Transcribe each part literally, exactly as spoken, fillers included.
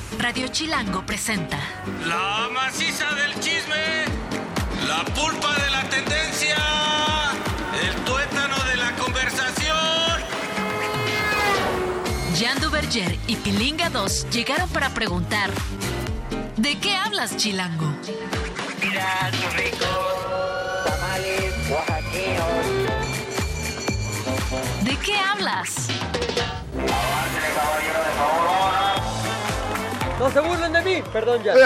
Radio Chilango presenta La maciza del chisme, la pulpa de la tendencia, el tuétano de la conversación. Jean Duverger y Pilinga dos llegaron para preguntar: ¿de qué hablas, Chilango? Mira tus ricos tamales oaxaqueños. ¿De qué hablas? Aváncele, caballero, de favor. ¡No se burlen de mí! Perdón, ya.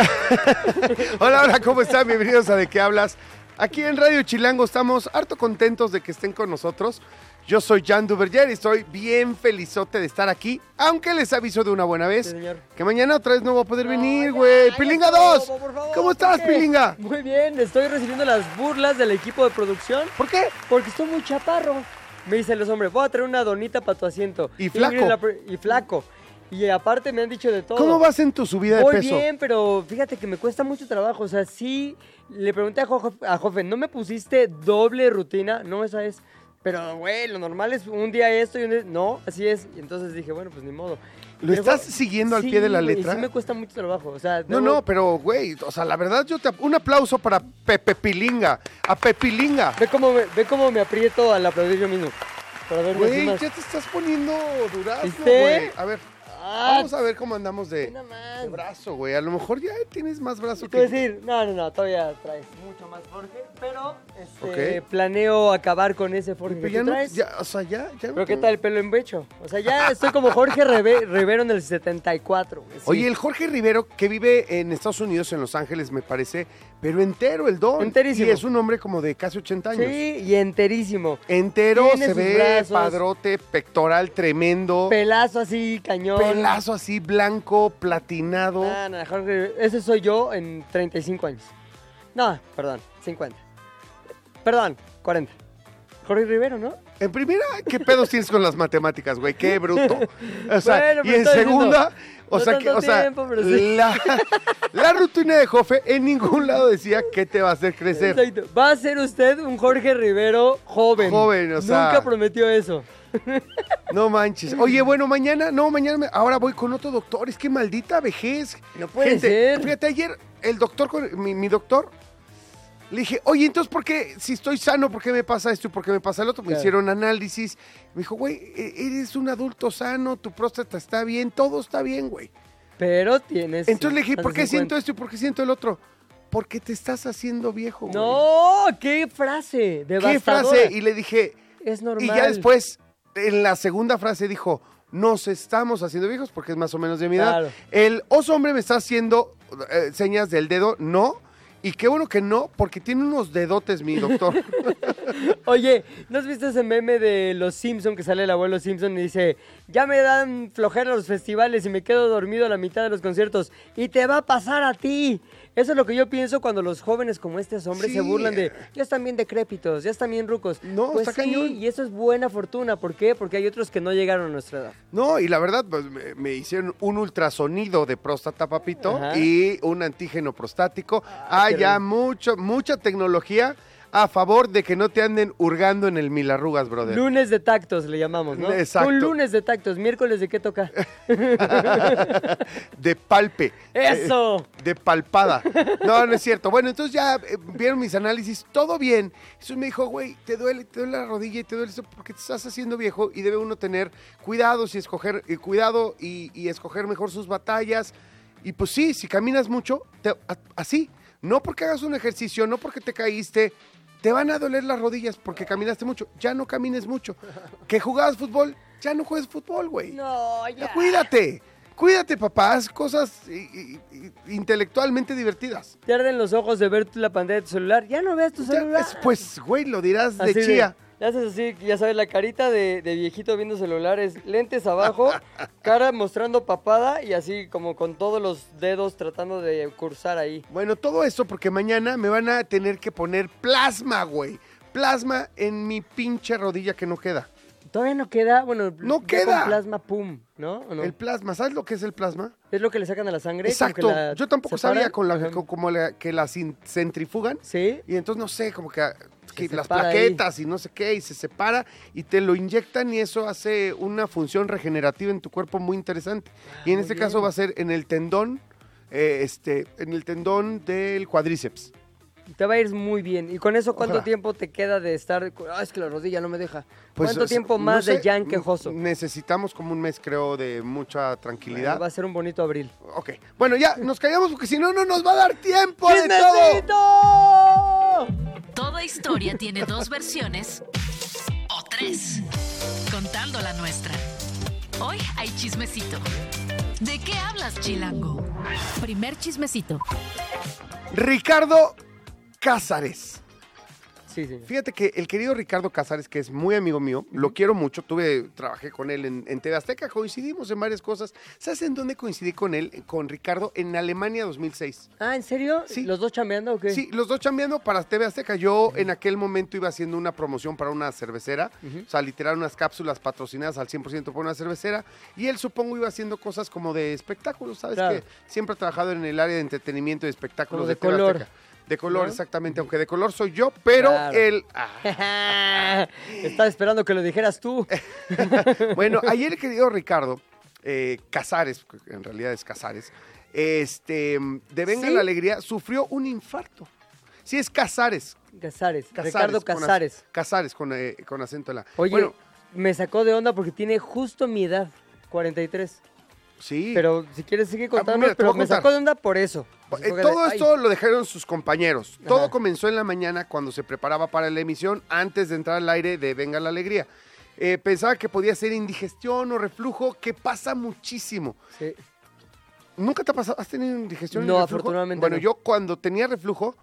Hola, hola, ¿cómo están? Bienvenidos a ¿De qué hablas? Aquí en Radio Chilango estamos harto contentos de que estén con nosotros. Yo soy Jean Duverger y estoy bien felizote de estar aquí, aunque les aviso de una buena vez Sí, señor. que mañana otra vez no voy a poder No, venir, ya, güey. ya Pilinga estuvo, dos, por favor, ¿cómo ¿por estás, qué? Pilinga? Muy bien, estoy recibiendo las burlas del equipo de producción ¿Por qué? porque estoy muy chaparro. Me dicen los hombres, voy a traer una donita para tu asiento. Y flaco. Ingrid la pr- Y flaco. Y aparte me han dicho de todo. ¿Cómo vas en tu subida de Voy peso? bien, pero fíjate que me cuesta mucho trabajo. O sea, sí, le pregunté a Jofe, a Jofe, ¿no me pusiste doble rutina? No, esa es. Pero, güey, lo normal es un día esto y un día... No, así es. Y entonces dije, bueno, pues ni modo. ¿Lo Pero, estás siguiendo al sí, pie de la güey, letra? Sí me cuesta mucho trabajo. O sea, No, debo- no, pero, güey, o sea, la verdad, yo te... Un aplauso para Pepe Pilinga, a Pepilinga. Ve cómo me, ve cómo me aprieto al aplaudir yo mismo. Para ver Güey, más. ya te estás poniendo durazno, ¿Viste? güey. A ver, Ah, vamos a ver cómo andamos de, nada más. de brazo, güey. A lo mejor ya tienes más brazo Te voy a que... decir, no, no, no, todavía traes mucho más Jorge, pero este, Ok. planeo acabar con ese Jorge Pero que ya tú no, traes. ya, o sea, ya, ya no Pero qué tengo- tal el pelo en becho. O sea, ya estoy como Jorge Rebe- Rivero en el setenta y cuatro. Güey, sí. Oye, el Jorge Rivero, que vive en Estados Unidos, en Los Ángeles, me parece, pero entero el don. Enterísimo. Y es un hombre como de casi ochenta años. Sí, y enterísimo. Entero, Tiene se sus ve brazos. padrote, pectoral tremendo, Pelazo así, cañón. pelazo así blanco, platinado. No, no, Jorge Rivero. Ese soy yo en treinta y cinco años. No, perdón, cincuenta. Perdón, cuarenta. Jorge Rivero, ¿no? En primera, ¿qué pedos tienes con las matemáticas, güey? Qué bruto. O sea, Bueno, y pero en estoy segunda, diciendo, o no sea, que, tanto o sea, tiempo, pero sí. la, la rutina de Jofe en ningún lado decía qué te va a hacer crecer. Exacto. Va a ser usted un Jorge Rivero joven. Joven, o sea. Nunca prometió eso. No manches. Oye, bueno, mañana, no, mañana, me- ahora voy con otro doctor. Es que maldita vejez. No puede Gente, ser. Fíjate, ayer el doctor, con- mi, mi doctor, le dije, oye, entonces, ¿por qué, si estoy sano, por qué me pasa esto y por qué me pasa el otro? Me Claro. hicieron análisis. Me dijo, güey, e- eres un adulto sano, tu próstata está bien, todo está bien, güey. Pero tienes. Entonces le dije, más ¿por de qué siento cincuenta. esto y por qué siento el otro? Porque te estás haciendo viejo, güey. No, qué frase. ¿Qué Devastadora. frase? Y le dije, Es normal. y ya después, en la segunda frase dijo, nos estamos haciendo viejos porque es más o menos de mi edad. Claro. El oso hombre me está haciendo eh, señas del dedo, no. Y qué bueno que no, porque tiene unos dedotes mi doctor. Oye, ¿no has visto ese meme de los Simpson que sale el abuelo Simpson y dice, ya me dan flojera los festivales y me quedo dormido a la mitad de los conciertos y te va a pasar a ti? Eso es lo que yo pienso cuando los jóvenes como estos hombres Sí. se burlan de, ya están bien decrépitos, ya están bien rucos. No, pues está sí, cañón. y eso es buena fortuna. ¿Por qué? Porque hay otros que no llegaron a nuestra edad. No, y la verdad, pues me, me hicieron un ultrasonido de próstata, papito, Ajá. y un antígeno prostático. Ah, Hay qué ya rico. mucho, mucha tecnología a favor de que no te anden hurgando en el mil arrugas, brother. Lunes de tactos le llamamos, ¿no? Exacto. Un lunes de tactos, miércoles de qué toca. De palpe. ¡Eso! Eh, de palpada. No, no es cierto. Bueno, entonces ya eh, vieron mis análisis, todo bien. Eso me dijo, güey, te duele, te duele la rodilla y te duele eso porque te estás haciendo viejo y debe uno tener cuidados y escoger, y cuidado y, y escoger mejor sus batallas. Y pues sí, si caminas mucho, te- a- así, no porque hagas un ejercicio, no porque te caíste, te van a doler las rodillas porque caminaste mucho. Ya no camines mucho. Que jugabas fútbol, ya no juegues fútbol, güey. No, Ya ya. cuídate, cuídate, papá, haz cosas i- i- i- intelectualmente divertidas. Te arden los ojos de ver la pantalla de tu celular. Ya no veas tu Ya, celular. es- pues, güey, lo dirás de Así chía. Ya haces así, ya sabes, la carita de, de viejito viendo celulares, lentes abajo, cara mostrando papada y así como con todos los dedos tratando de cursar ahí. Bueno, todo eso porque mañana me van a tener que poner plasma, güey. Plasma en mi pinche rodilla que no queda. Todavía no queda, bueno, ¡No ya queda! con plasma, pum, ¿no? ¿O no? El plasma, ¿sabes lo que es el plasma? Es lo que le sacan a la sangre. como Exacto, que la yo tampoco separan. sabía con la, Ajá. con- como la- que la cin- centrifugan. Sí. Y entonces, no sé, como que, que Se las separa ahí. plaquetas y no sé qué, y se separa y te lo inyectan y eso hace una función regenerativa en tu cuerpo muy interesante. y en muy este bien. caso va a ser en el tendón, eh, este, en el tendón del cuádriceps. Te va a ir muy bien. ¿Y con eso cuánto Ojalá. tiempo te queda de estar? Ah, es que la rodilla no me deja. Pues, ¿Cuánto es- tiempo no más sé, de Jan quejoso? Necesitamos como un mes, creo, de mucha tranquilidad. Va a ser un bonito abril. Ok, bueno, ya, nos callamos porque si no, no nos va a dar tiempo de todo. ¡Chismecito! Toda historia tiene dos versiones o tres, contando la nuestra. Hoy hay chismecito. ¿De qué hablas, Chilango? Primer chismecito. Ricardo Cázares. Sí, señor. Fíjate que el querido Ricardo Cázares, que es muy amigo mío, lo quiero mucho, tuve, trabajé con él en, en T V Azteca, coincidimos en varias cosas. ¿Sabes en dónde coincidí con él, con Ricardo? En Alemania dos mil seis. Ah, ¿en serio? Sí. ¿Los dos chambeando o qué? Sí, los dos chambeando para T V Azteca. Yo en aquel momento iba haciendo una promoción para una cervecera, o sea, literal unas cápsulas patrocinadas al cien por ciento por una cervecera, y él supongo iba haciendo cosas como de espectáculos, ¿sabes? Claro. Que siempre ha trabajado en el área de entretenimiento y espectáculos Como de, de T V color. Azteca. De color, ¿No? exactamente, aunque de color soy yo, pero Claro. él... ah. Estaba esperando que lo dijeras tú. Bueno, ayer el querido Ricardo eh, Cázares, que en realidad es Cázares, este, de Venga ¿Sí? la Alegría, sufrió un infarto. Sí, es Cázares. Casares. Cázares, Ricardo con ac- Casares. Cázares, con, eh, con acento en la... Oye, Bueno, me sacó de onda porque tiene justo mi edad, cuarenta y tres. sí. Pero si quieres sigue Ah, contando, mira, te pero voy a me contar. sacó de onda por eso. Así Eh, fue que todo de- esto lo dejaron sus compañeros. Ajá. Todo comenzó en la mañana cuando se preparaba para la emisión, antes de entrar al aire de Venga la Alegría. Eh, pensaba que podía ser indigestión o reflujo, que pasa muchísimo. Ay, sí. ¿Nunca te ha pasado? ¿Has tenido indigestión y No, reflujo? afortunadamente Bueno, no. yo cuando tenía reflujo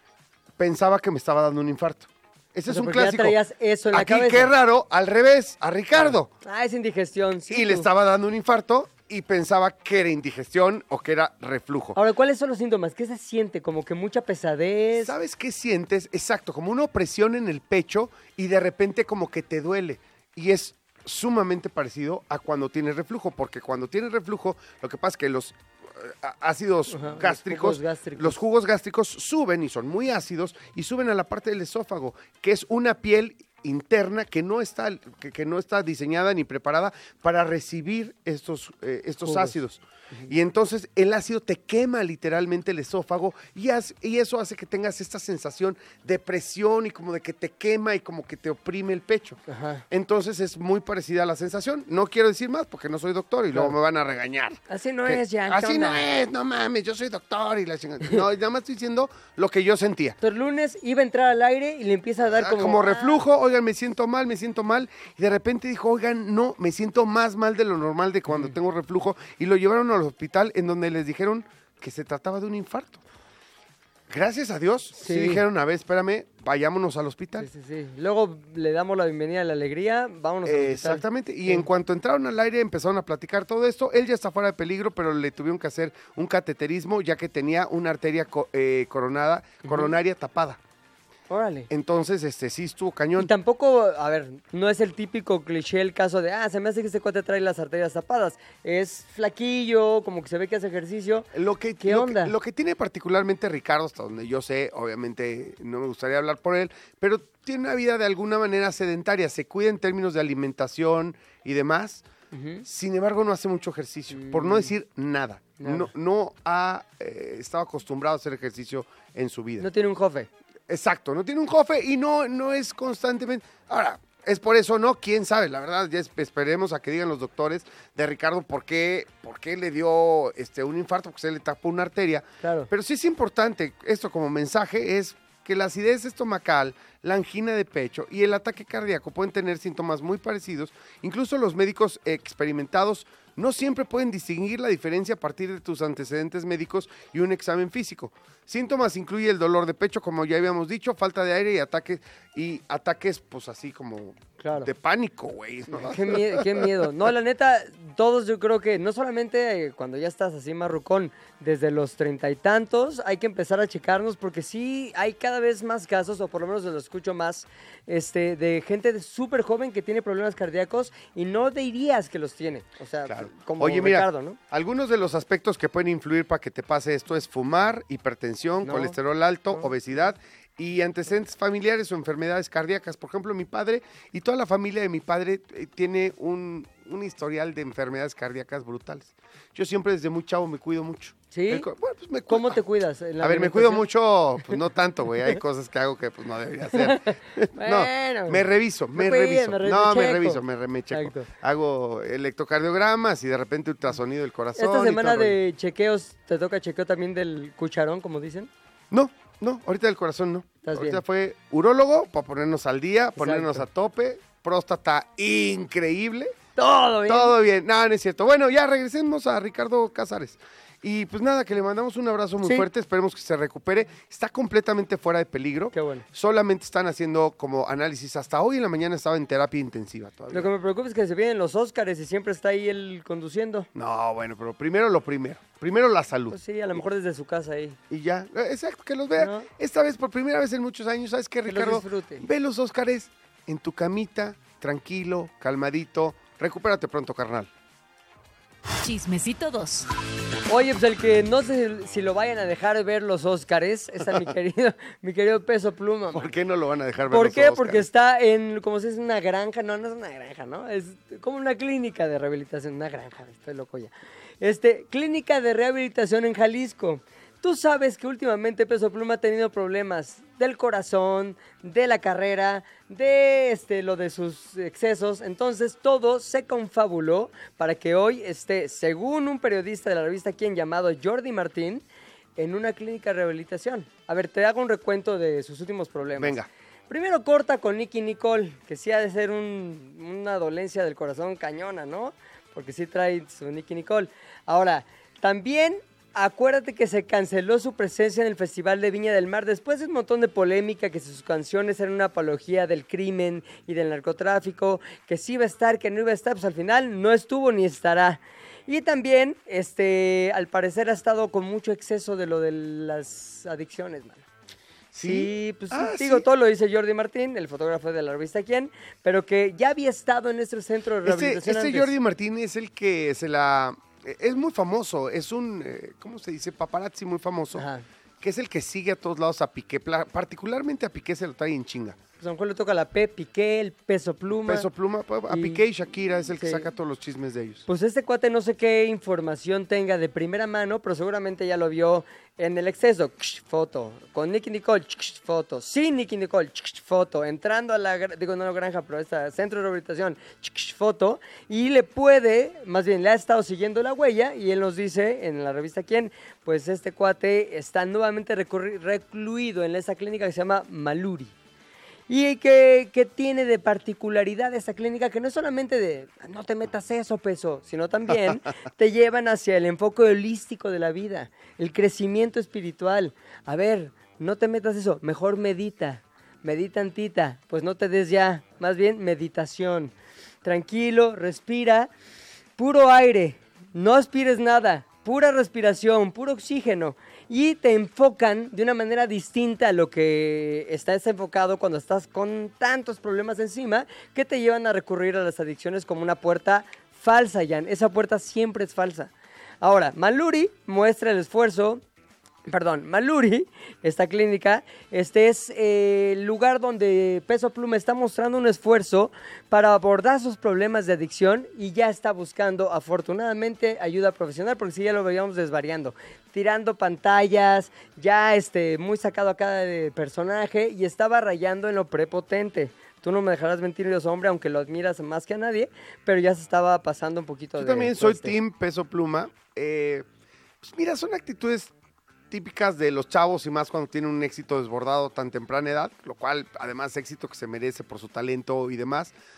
pensaba que me estaba dando un infarto. Ese O es sea, un porque ya clásico. traías eso en la Aquí, cabeza. qué raro, al revés, a Ricardo. Ah, es indigestión, sí. y le tú. estaba dando un infarto y pensaba que era indigestión o que era reflujo. Ahora, ¿cuáles son los síntomas? ¿Qué se siente? ¿Como que mucha pesadez? ¿Sabes qué sientes? Exacto, como una opresión en el pecho y de repente como que te duele. Y es sumamente parecido a cuando tienes reflujo, porque cuando tienes reflujo, lo que pasa es que los eh, ácidos Ajá, los gástricos, jugos gástricos. los jugos gástricos suben y son muy ácidos y suben a la parte del esófago, que es una piel interna que no está, que, que no está diseñada ni preparada para recibir estos, eh, estos Jugos. ácidos. Y entonces el ácido te quema literalmente el esófago y, haz- y eso hace que tengas esta sensación de presión y como de que te quema y como que te oprime el pecho. Ajá. Entonces es muy parecida a la sensación. No quiero decir más porque no soy doctor y luego Claro. me van a regañar. Así no Que- es, ya. Así no es, no mames, yo soy doctor y la chingada. No, nada más estoy diciendo lo que yo sentía. Entonces, el lunes iba a entrar al aire y le empieza a dar Ah, como... como ah, reflujo, oigan, me siento mal, me siento mal. Y de repente dijo, oigan, no, me siento más mal de lo normal de cuando tengo reflujo. Y lo llevaron al hospital en donde les dijeron que se trataba de un infarto. Gracias a Dios, sí, Sí. dijeron, a ver, espérame, vayámonos al hospital. Sí, sí, sí. Luego le damos la bienvenida a la alegría, vámonos al hospital. Exactamente, y Sí. en cuanto entraron al aire empezaron a platicar todo esto, él ya está fuera de peligro, pero le tuvieron que hacer un cateterismo ya que tenía una arteria co- eh, coronada, coronaria tapada. Órale. Entonces, este sí estuvo Y cañón. tampoco, a ver, no es el típico cliché el caso de, ah, se me hace que este cuate trae las arterias tapadas. Es flaquillo, como que se ve que hace ejercicio. Lo que, ¿Qué lo onda? Que, lo que tiene particularmente Ricardo, hasta donde yo sé, obviamente no me gustaría hablar por él, pero tiene una vida de alguna manera sedentaria, se cuida en términos de alimentación y demás. Ujú. Sin embargo, no hace mucho ejercicio, por no decir nada. Nada. No, no ha eh, estado acostumbrado a hacer ejercicio en su vida. No tiene un jofe. Exacto, no tiene un jofe y no, no es constantemente... Ahora, es por eso, ¿no? ¿Quién sabe? La verdad, ya es- esperemos a que digan los doctores de Ricardo por qué, por qué le dio este, un infarto, porque se le tapó una arteria. Claro. Pero sí es importante, esto como mensaje, es que la acidez estomacal, la angina de pecho y el ataque cardíaco pueden tener síntomas muy parecidos. Incluso los médicos experimentados no siempre pueden distinguir la diferencia a partir de tus antecedentes médicos y un examen físico. Síntomas incluye el dolor de pecho, como ya habíamos dicho, falta de aire y ataques, y ataques pues así como Claro. de pánico, güey, ¿no? Qué miedo, qué miedo. No, la neta, todos yo creo que no solamente eh, cuando ya estás así marrucón, desde los treinta y tantos hay que empezar a checarnos porque sí hay cada vez más casos, o por lo menos lo escucho más, este, de gente de súper joven que tiene problemas cardíacos y no dirías que los tiene. O sea, Claro. como Oye, mira, Ricardo, ¿no? algunos de los aspectos que pueden influir para que te pase esto es fumar, hipertensión, No, colesterol alto, no. obesidad y antecedentes familiares o enfermedades cardíacas. Por ejemplo, mi padre y toda la familia de mi padre eh, tiene un, un historial de enfermedades cardíacas brutales. Yo siempre desde muy chavo me cuido mucho. ¿Sí? El co- bueno, pues me cu- ¿Cómo te cuidas? ¿En la A ver, me cuido alimentación? mucho, pues no tanto, güey. Hay cosas que hago que pues no debería hacer. Bueno. no, me reviso, me, Me cuido, reviso. me re- no, me me checo. reviso, me, re- me checo. Exacto. Hago electrocardiogramas y de repente ultrasonido del corazón. Esta y semana todo el rollo. de chequeos, ¿te toca chequeo también del cucharón, como dicen? No, no, ahorita del corazón no. Estás Ahorita bien. fue urólogo para ponernos al día, ponernos Exacto. a tope. Próstata increíble. Todo bien. Todo bien. No, no es cierto. Bueno, ya regresemos a Ricardo Cázares. Y pues nada, que le mandamos un abrazo muy Sí. fuerte. Esperemos que se recupere. Está completamente fuera de peligro. Qué bueno. Solamente están haciendo como análisis. Hasta hoy en la mañana estaba en terapia intensiva todavía. Lo que me preocupa es que se vienen los Óscares y siempre está ahí él conduciendo. No, bueno, pero primero lo primero. Primero la salud. Pues sí, a lo mejor desde su casa ahí. Y ya, eh, exacto, que los vea. No. Esta vez, por primera vez en muchos años, ¿sabes qué, Que los Ricardo? disfrute. Ve los Óscares en tu camita, tranquilo, calmadito. Recupérate pronto, carnal. Chismecito dos. Oye, pues el que no sé si lo vayan a dejar ver los Óscares es a mi querido, mi querido Peso Pluma. man. ¿Por qué no lo van a dejar ver ¿Por los qué? Óscares? Porque está en, como si es una granja, no, no es una granja, ¿no? Es como una clínica de rehabilitación, una granja, estoy loco ya. Este, clínica de rehabilitación en Jalisco. Tú sabes que últimamente Peso Pluma ha tenido problemas del corazón, de la carrera, de este, lo de sus excesos. Entonces todo se confabuló para que hoy esté, según un periodista de la revista Quién llamado Jordi Martín, en una clínica de rehabilitación. A ver, te hago un recuento de sus últimos problemas. Venga. Primero corta con Nicky Nicole, que sí ha de ser un- una dolencia del corazón cañona, ¿no? Porque sí trae su Nicky Nicole. Ahora, también acuérdate que se canceló su presencia en el Festival de Viña del Mar después de un montón de polémica, que sus canciones eran una apología del crimen y del narcotráfico, que sí iba a estar, que no iba a estar, pues al final no estuvo ni estará. Y también, este, al parecer ha estado con mucho exceso de lo de las adicciones, mano. Sí, pues Ah, digo, ¿sí? todo lo dice Jordi Martín, el fotógrafo de la revista Quién, pero que ya había estado en este centro de Este, rehabilitación este antes. Jordi Martín es el que se la... eh, Es muy famoso, es un, eh, ¿cómo se dice? Paparazzi muy famoso, Ajá. que es el que sigue a todos lados a Piqué, pla- particularmente a Piqué se lo trae en chinga. Pues a lo mejor le toca la P, Piqué, el Peso Pluma. Peso Pluma, pues, a Y- Piqué y Shakira es el que sí. saca todos los chismes de ellos. Pues este cuate no sé qué información tenga de primera mano, pero seguramente ya lo vio en el exceso. Foto. Con Nicky Nicole, foto. Sin Nicky Nicole, foto. Entrando a la, gra- digo, no la granja, pero a este centro de rehabilitación, foto. Y le puede, más bien, le ha estado siguiendo la huella y él nos dice en la revista Quién, pues este cuate está nuevamente recurri- recluido en esa clínica que se llama Maluri. ¿Y qué, qué tiene de particularidad esta clínica? Que no es solamente de no te metas eso, Peso, sino también te llevan hacia el enfoque holístico de la vida, el crecimiento espiritual. A ver, no te metas eso, mejor medita, medita tantita, pues no te des ya, más bien meditación. Tranquilo, respira, puro aire, no aspires nada, pura respiración, puro oxígeno. Y te enfocan de una manera distinta a lo que estás enfocado cuando estás con tantos problemas encima, que te llevan a recurrir a las adicciones como una puerta falsa, Jan. Esa puerta siempre es falsa. Ahora, Maluri muestra el esfuerzo. Perdón, Maluri, esta clínica, este es eh, el lugar donde Peso Pluma está mostrando un esfuerzo para abordar sus problemas de adicción y ya está buscando, afortunadamente, ayuda profesional, porque si ya lo veíamos desvariando, tirando pantallas, ya este, muy sacado acá de personaje y estaba rayando en lo prepotente. Tú no me dejarás mentir, Dios hombre, aunque lo admiras más que a nadie, pero ya se estaba pasando un poquito Yo de... también soy este. team Peso Pluma. Eh, pues mira, son actitudes típicas de los chavos y más cuando tienen un éxito desbordado tan temprana edad, lo cual además éxito que se merece por su talento y demás.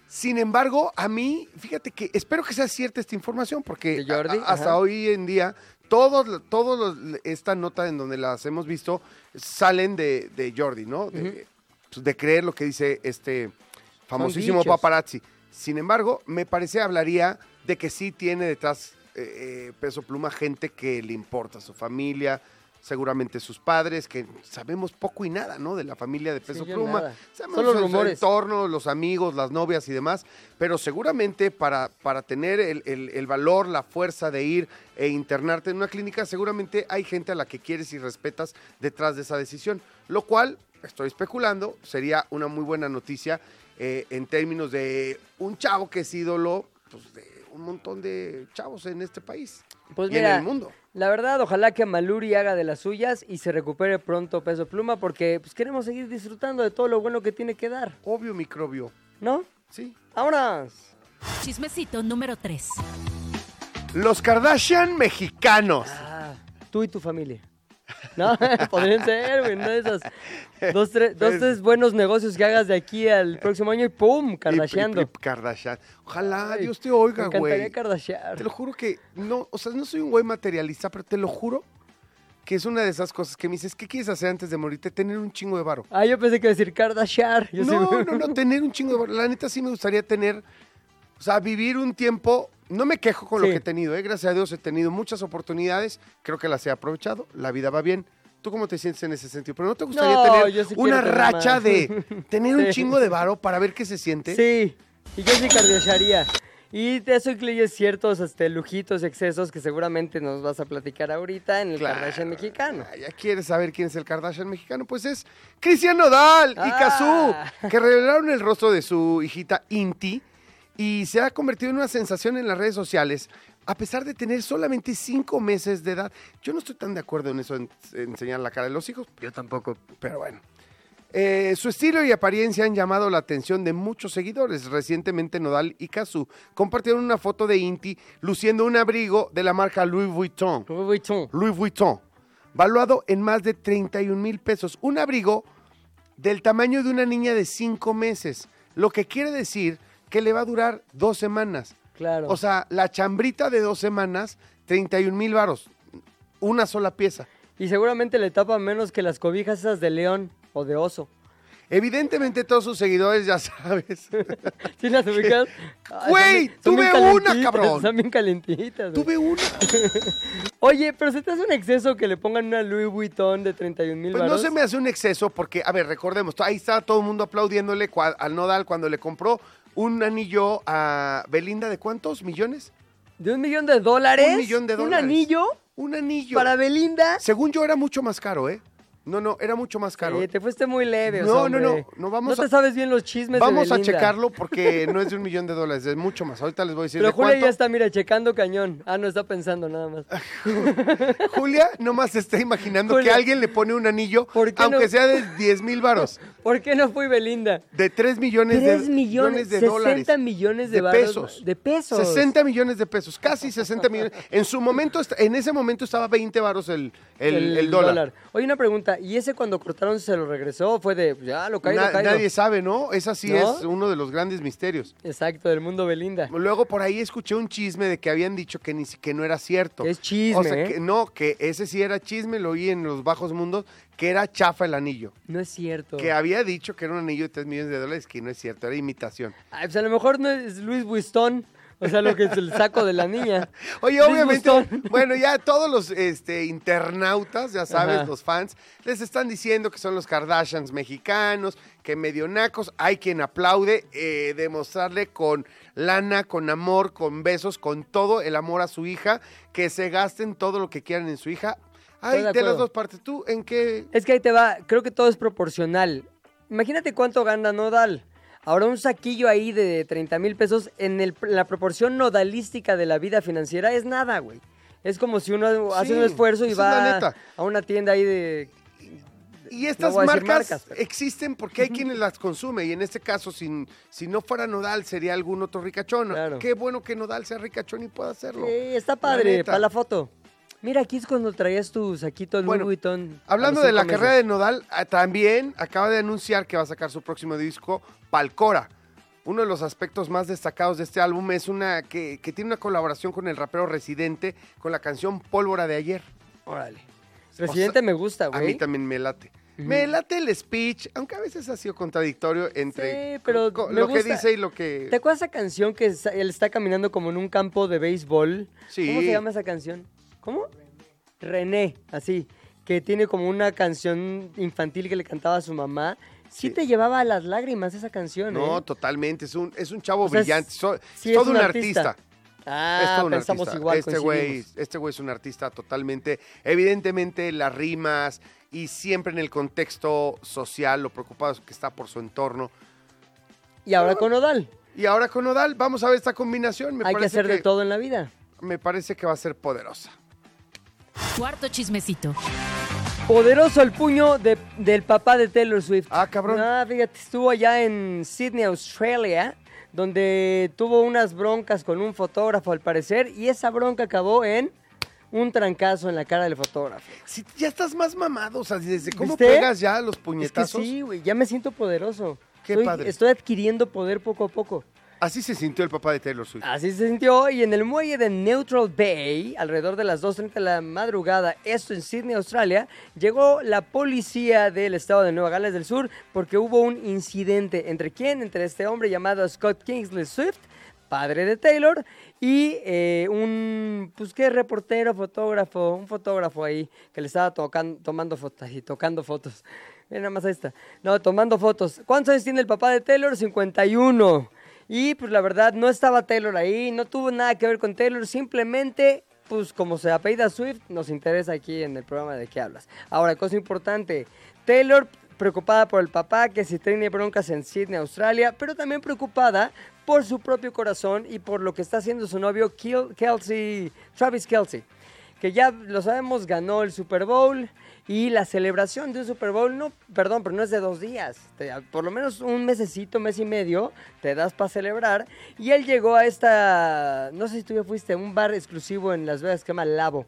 Sin embargo, a mí, fíjate que espero que sea cierta esta información, porque ¿De Jordi? a- a- hasta Ajá. hoy en día, todos, todos los- esta nota en donde las hemos visto salen de, de Jordi, ¿no? De, pues, de creer lo que dice este famosísimo dichos. paparazzi. Sin embargo, me parece hablaría de que sí tiene detrás eh, eh, Peso Pluma gente que le importa, su familia, seguramente sus padres, que sabemos poco y nada, ¿no? De la familia de Peso Sí, yo Pluma. nada. Sabemos Solo su- su rumores. entorno, los amigos, las novias y demás, pero seguramente para, para tener el, el- el valor, la fuerza de ir e internarte en una clínica, seguramente hay gente a la que quieres y respetas detrás de esa decisión, lo cual, estoy especulando, sería una muy buena noticia eh, en términos de un chavo que es ídolo, pues, de un montón de chavos en este país Pues y mira, en el mundo. la verdad, ojalá que Maluri haga de las suyas y se recupere pronto Peso Pluma, porque pues queremos seguir disfrutando de todo lo bueno que tiene que dar, Obvio microbio, ¿no? sí. ¡Vámonos! Chismecito número tres. Los Kardashian mexicanos. Ah, tú y tu familia. No, podrían ser, güey, una de esas. Dos, tres, dos, Pues- tres buenos negocios que hagas de aquí al próximo año y ¡pum! Kardashiando. Y- y- y Kardashian. Ojalá Ay, Dios te oiga, Me encantaría güey. Kardashiar. Te lo juro que no, o sea, no soy un güey materialista, pero te lo juro que es una de esas cosas que me dices, ¿qué quieres hacer antes de morirte? Tener un chingo de varo. Ah, yo pensé que iba a decir Kardashiar. Yo No, sí- no, no, tener un chingo de varo. La neta sí me gustaría tener, o sea, vivir un tiempo. No me quejo con lo Sí. que he tenido, ¿eh? Gracias a Dios he tenido muchas oportunidades. Creo que las he aprovechado. La vida va bien. ¿Tú cómo te sientes en ese sentido? Pero ¿no te gustaría No, tener yo sí una quiero tener racha más. de tener un Sí. chingo de varo para ver qué se siente? Sí, y yo sí Kardashiaría. Y de eso incluye ciertos este, lujitos, excesos que seguramente nos vas a platicar ahorita en el Claro. Kardashian mexicano. Ah, ¿Ya quieres saber quién es el Kardashian mexicano? Pues es Cristian Nodal y Ah. Cazzu, que revelaron el rostro de su hijita Inti y se ha convertido en una sensación en las redes sociales, a pesar de tener solamente cinco meses de edad. Yo no estoy tan de acuerdo en eso, en, en enseñar la cara de los hijos. Yo tampoco. Pero bueno. Eh, su estilo y apariencia han llamado la atención de muchos seguidores. Recientemente Nodal y Cazzu compartieron una foto de Inti luciendo un abrigo de la marca Louis Vuitton. Louis Vuitton. Louis Vuitton, valuado en más de treinta y un mil pesos. Un abrigo del tamaño de una niña de cinco meses, lo que quiere decir que le va a durar dos semanas. Claro. O sea, la chambrita de dos semanas, treinta y un mil varos, una sola pieza. Y seguramente le tapa menos que las cobijas esas de león o de oso. Evidentemente todos sus seguidores, ya sabes, ¿Sí las ubicas? Ay, Güey, son bien- son tuve bien una, calentitas, cabrón. Son bien calentitas. güey. tuve una. Oye, pero ¿se te hace un exceso que le pongan una Louis Vuitton de treinta y un mil Pues no varos? se me hace un exceso porque, a ver, recordemos, ahí estaba todo el mundo aplaudiéndole cua- al Nodal cuando le compró un anillo a Belinda de ¿cuántos millones? ¿De un millón de dólares? Un millón de ¿Un dólares. anillo Un anillo. para Belinda? Según yo era mucho más caro, ¿eh? No, no, era mucho más caro. Sí, te fuiste muy leve, No, hombre. no, no, no, vamos No te a- sabes bien los chismes Vamos de a Belinda. checarlo porque no es de un millón de dólares, es mucho más. Ahorita les voy a decir Pero de Julia cuánto. ya está, mira, checando cañón. Ah, no, está pensando nada más. Julia nomás se está imaginando Julia. que alguien le pone un anillo, ¿Por qué aunque no? sea de diez mil varos, ¿Por qué no fui Belinda? de tres millones Tres de, millones, de sesenta dólares. millones de, de varos, pesos. De pesos. sesenta millones de pesos, casi sesenta millones. En su momento, est- en ese momento estaba veinte varos el, el, el dólar. Oye, una pregunta. ¿Y ese cuando cortaron se lo regresó? Fue de, ya, lo caído, Na- caído. nadie sabe, ¿no? Esa sí ¿No? es uno de los grandes misterios. Exacto, del mundo Belinda. Luego por ahí escuché un chisme de que habían dicho que, ni, si- que no era cierto. Que es chisme, O sea, ¿eh? que no, que ese sí era chisme, lo oí en los bajos mundos, que era chafa el anillo. No es cierto. Que había dicho que era un anillo de tres millones de dólares, que no es cierto, era imitación. Ay, pues a lo mejor no es Louis Vuitton. O sea, lo que es el saco de la niña. Oye, Luis obviamente, Vuitton. bueno, ya todos los este, internautas, ya sabes, Ajá. los fans, les están diciendo que son los Kardashians mexicanos, que medio nacos. Hay quien aplaude eh, demostrarle con lana, con amor, con besos, con todo el amor a su hija, que se gasten todo lo que quieran en su hija. Ay, Estoy de de, las acuerdo. dos partes. ¿Tú en qué? Es que ahí te va, creo que todo es proporcional. Imagínate cuánto gana Nodal. Ahora un saquillo ahí de treinta mil pesos en, el, en la proporción nodalística de la vida financiera es nada, güey. Es como si uno hace Sí, un esfuerzo y esa es la va neta. a una tienda ahí de... Y estas voy a decir marcas, marcas, pero- existen porque hay quienes las consume. Y en este caso, sin, si no fuera Nodal, sería algún otro ricachón. Claro. Qué bueno que Nodal sea ricachón y pueda hacerlo. Sí, está La padre, neta. para la foto. Mira, aquí es cuando traías tu saquito Louis Bueno, Vuitton. Hablando de la carrera de Nodal, ah, también acaba de anunciar que va a sacar su próximo disco, Palcora. uno de los aspectos más destacados de este álbum es una que, que tiene una colaboración con el rapero Residente con la canción Pólvora de Ayer. Órale. Residente O sea, me gusta, güey. A mí también me late. Uh-huh. Me late el speech, aunque a veces ha sido contradictorio entre sí, pero co- me lo gusta. que dice y lo que... ¿Te acuerdas esa canción que sa- él está caminando como en un campo de béisbol? Sí. ¿Cómo se llama esa canción? ¿Cómo? René, así. Que tiene como una canción infantil que le cantaba a su mamá. Sí, Sí. te llevaba a las lágrimas esa canción, No, ¿eh? totalmente. Es un, es un chavo O sea, brillante. es- So- sí es todo es un un artista. artista. Ah, es todo un pensamos artista. igual, Este güey, coincidimos. este güey es un artista totalmente. Evidentemente, las rimas y siempre en el contexto social, lo preocupado que está por su entorno. Y ahora con Odal. Y ahora con Odal, vamos a ver esta combinación. Me Hay que parece hacer de todo en la vida. Me parece que va a ser poderosa. Cuarto chismecito. Poderoso el puño de- del papá de Taylor Swift. Ah, cabrón. Ah, fíjate, estuvo allá en Sydney, Australia, donde tuvo unas broncas con un fotógrafo al parecer, y esa bronca acabó en un trancazo en la cara del fotógrafo. Sí, ya estás más mamado. O sea, desde cómo ¿Viste? pegas ya los Es que puñetazos. sí, güey, ya me siento poderoso. Qué estoy, padre. Estoy adquiriendo poder poco a poco. Así se sintió el papá de Taylor Swift. Así se sintió, y en el muelle de Neutral Bay, alrededor de las dos treinta de la madrugada, esto en Sydney, Australia, llegó la policía del estado de Nueva Gales del Sur porque hubo un incidente. ¿Entre quién? Entre este hombre llamado Scott Kingsley Swift, padre de Taylor, y eh, un, pues qué, reportero, fotógrafo, un fotógrafo ahí que le estaba tocan- tomando fotos y tocando fotos. Mira, nada más ahí está. No, tomando fotos. ¿Cuántos años tiene el papá de Taylor? cincuenta y uno. Y pues la verdad no estaba Taylor ahí, no tuvo nada que ver con Taylor, simplemente pues como se apellida Swift, nos interesa aquí en el programa de qué hablas. Ahora, cosa importante, Taylor preocupada por el papá que si tiene broncas en Sydney, Australia, pero también preocupada por su propio corazón y por lo que está haciendo su novio Kiel- Kelsey, Travis Kelsey, que ya lo sabemos, ganó el Super Bowl. Y la celebración de un Super Bowl, no, perdón, pero no es de dos días. Te- por lo menos un mesecito, mes y medio, te das para celebrar. Y él llegó a esta, no sé si tú ya fuiste, a un bar exclusivo en Las Vegas que se llama Labo.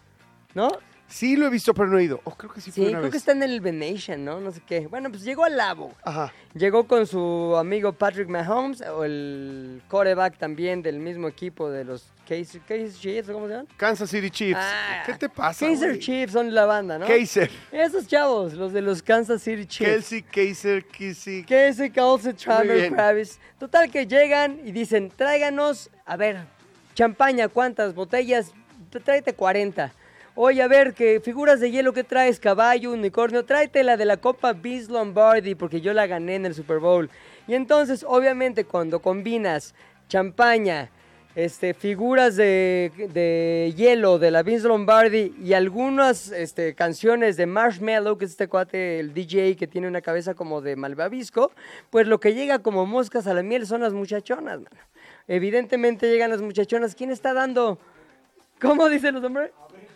¿No? Sí lo he visto, pero no he ido. Oh, creo que sí Sí, fue una creo vez. que está en el Venetian, ¿no? No sé qué. Bueno, pues llegó al Labo. Ajá. Llegó con su amigo Patrick Mahomes, o el quarterback también del mismo equipo de los Kaiser, Kaiser Chiefs, ¿cómo se llaman? Kansas City Chiefs. Ah, ¿Qué te pasa, Kaiser güey? Chiefs son la banda, ¿no? Kaiser. Esos chavos, los de los Kansas City Chiefs. Kelsey, Kaiser, Kissy. Que ese Kelsey, Muy Travis, bien. Travis. Total que llegan y dicen, tráiganos, a ver, champaña, ¿cuántas botellas? T- Tráete cuarenta. Oye, a ver, ¿qué figuras de hielo que traes? Caballo, unicornio, tráete la de la Copa Vince Lombardi, porque yo la gané en el Super Bowl. Y entonces, obviamente, cuando combinas champaña, este, figuras de, de hielo de la Vince Lombardi y algunas este, canciones de Marshmello, que es este cuate, el D J que tiene una cabeza como de malvavisco, pues lo que llega como moscas a la miel son las muchachonas, mano. Evidentemente llegan las muchachonas. ¿Quién está dando? ¿Cómo dicen los hombres?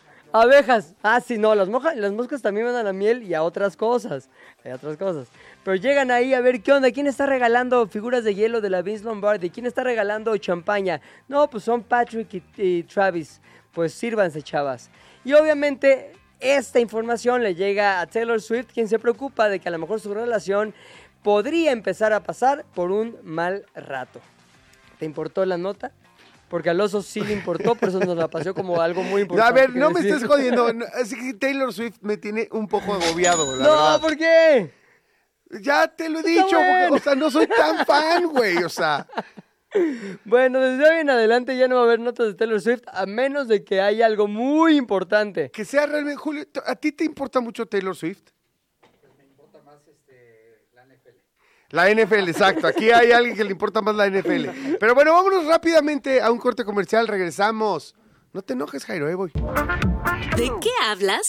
Abejas. Ah, sí, no, las, moja- las moscas también van a la miel y a otras cosas. A otras cosas. Pero llegan ahí a ver qué onda. ¿Quién está regalando figuras de hielo de la Vince Lombardi? ¿Quién está regalando champaña? No, pues son Patrick y, y Travis. Pues sírvanse, chavas. Y obviamente esta información le llega a Taylor Swift, quien se preocupa de que a lo mejor su relación podría empezar a pasar por un mal rato. ¿Te importó la nota? Porque al oso sí le importó, por eso nos la pasó como algo muy No, importante. a ver, que no me decir. estés jodiendo. No, así que Taylor Swift me tiene un poco agobiado, la No, verdad. ¿por qué? Ya te lo he Está dicho, porque, bueno. o sea, no soy tan fan, güey, o sea. Bueno, desde hoy en adelante ya no va a haber notas de Taylor Swift, a menos de que haya algo muy importante. Que sea realmente, Julio, ¿a ti te importa mucho Taylor Swift? La N F L, exacto. Aquí hay alguien que le importa más la N F L. Pero bueno, vámonos rápidamente a un corte comercial. Regresamos. No te enojes, Jairo, eh, voy. ¿De qué hablas?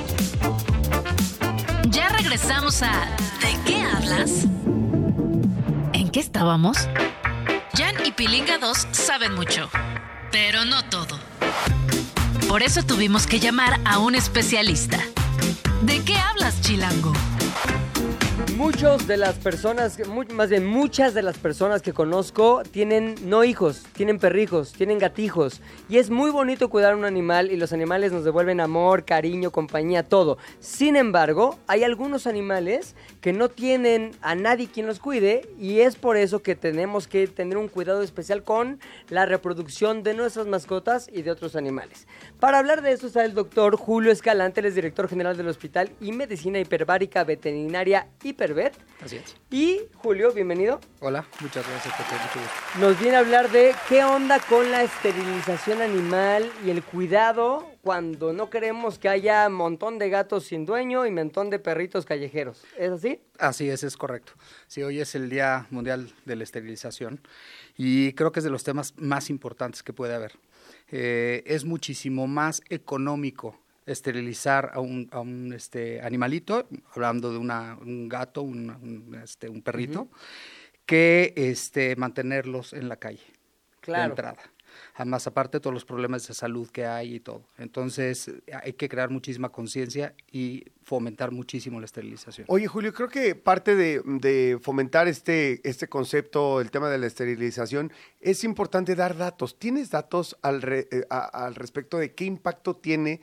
Ya regresamos a ¿De qué hablas? ¿En qué estábamos? Jan y Pilinga dos saben mucho, pero no todo. Por eso tuvimos que llamar a un especialista. ¿De qué hablas, Chilango? Muchos de las personas, mu- más bien muchas de las personas que conozco tienen no hijos, tienen perrijos, tienen gatijos. Y es muy bonito cuidar un animal y los animales nos devuelven amor, cariño, compañía, todo. Sin embargo, hay algunos animales que no tienen a nadie quien los cuide y es por eso que tenemos que tener un cuidado especial con la reproducción de nuestras mascotas y de otros animales. Para hablar de esto está el doctor Julio Escalante, él es director general del Hospital y Medicina Hiperbárica Veterinaria Hiperbet. Así es. Y Julio, bienvenido. Hola, muchas gracias, Pepe, mucho gusto. Nos viene a hablar de qué onda con la esterilización animal y el cuidado cuando no queremos que haya un montón de gatos sin dueño y un montón de perritos callejeros. ¿Es así? Así es, es correcto. Sí, hoy es el Día Mundial de la Esterilización y creo que es de los temas más importantes que puede haber. Eh, es muchísimo más económico esterilizar a un, a un este, animalito, hablando de una, un gato, un, un, este, un perrito, uh-huh. que este, mantenerlos en la calle, claro. de entrada. Además, aparte, todos los problemas de salud que hay y todo. Entonces, hay que crear muchísima conciencia y fomentar muchísimo la esterilización. Oye, Julio, creo que parte de, de fomentar este, este concepto, el tema de la esterilización, es importante dar datos. ¿Tienes datos al, re, eh, a, al respecto de qué impacto tiene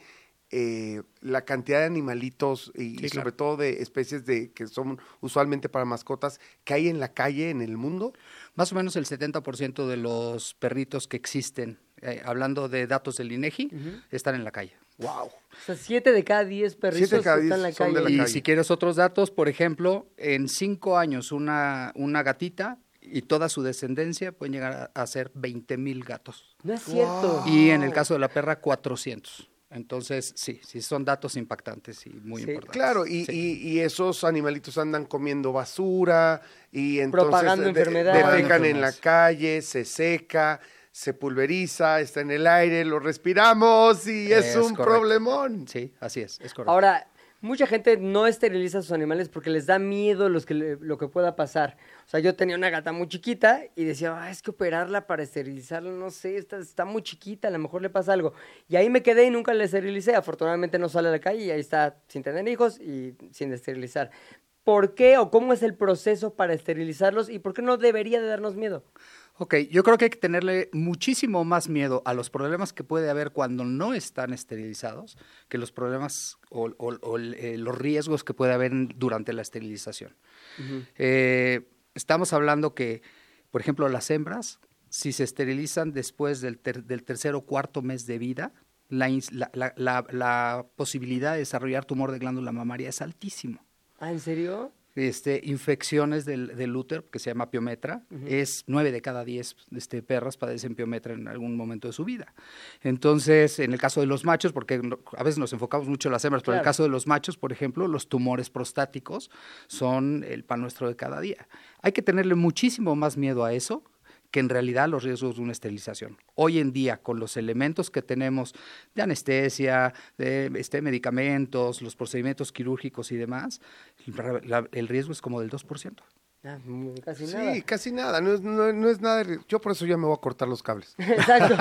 Eh, la cantidad de animalitos y, sí, y sobre claro. todo de especies de que son usualmente para mascotas que hay en la calle, en el mundo? Más o menos el setenta por ciento de los perritos que existen, eh, hablando de datos del INEGI, uh-huh. están en la calle. ¡Wow! O sea, siete de cada diez perritos de cada están en la diez son calle. de la y calle. si quieres otros datos, por ejemplo, en cinco años una, una gatita y toda su descendencia pueden llegar a, a ser veinte mil gatos. No es cierto. Wow. Y en el caso de la perra, cuatrocientos. Entonces, sí, sí son datos impactantes y muy Sí, importantes. Claro, y, sí. y, y esos animalitos andan comiendo basura y entonces Propagando de- enfermedades. defecan en la calle, se seca, se pulveriza, está en el aire, lo respiramos y es, Es un correcto. problemón. Sí, así es, es correcto. Ahora, mucha gente no esteriliza a sus animales porque les da miedo los que le- lo que pueda pasar. O sea, yo tenía una gata muy chiquita y decía, ah, es que operarla para esterilizarla, no sé, está, está muy chiquita, a lo mejor le pasa algo. Y ahí me quedé y nunca la esterilicé. Afortunadamente no sale a la calle y ahí está sin tener hijos y sin esterilizar. ¿Por qué o cómo es el proceso para esterilizarlos y por qué no debería de darnos miedo? Ok, yo creo que hay que tenerle muchísimo más miedo a los problemas que puede haber cuando no están esterilizados que los problemas o, o, o eh, los riesgos que puede haber durante la esterilización. Uh-huh. Eh, estamos hablando que, por ejemplo, las hembras, si se esterilizan después del, ter, del tercer o cuarto mes de vida, la, la, la, la, la posibilidad de desarrollar tumor de glándula mamaria es altísimo. ¿Ah, en serio? Este, infecciones del, del útero, que se llama piometra, uh-huh. es nueve de cada diez este, perras padecen piometra en algún momento de su vida. Entonces, en el caso de los machos, porque a veces nos enfocamos mucho en las hembras, pero claro. en el caso de los machos, por ejemplo, los tumores prostáticos son el pan nuestro de cada día. Hay que tenerle muchísimo más miedo a eso que en realidad los riesgos de una esterilización. Hoy en día, con los elementos que tenemos de anestesia, de este, medicamentos, los procedimientos quirúrgicos y demás, la, el riesgo es como del dos por ciento. Ah, casi nada. Sí, casi nada, no es, no, no es nada. De... Yo por eso ya me voy a cortar los cables. Exacto.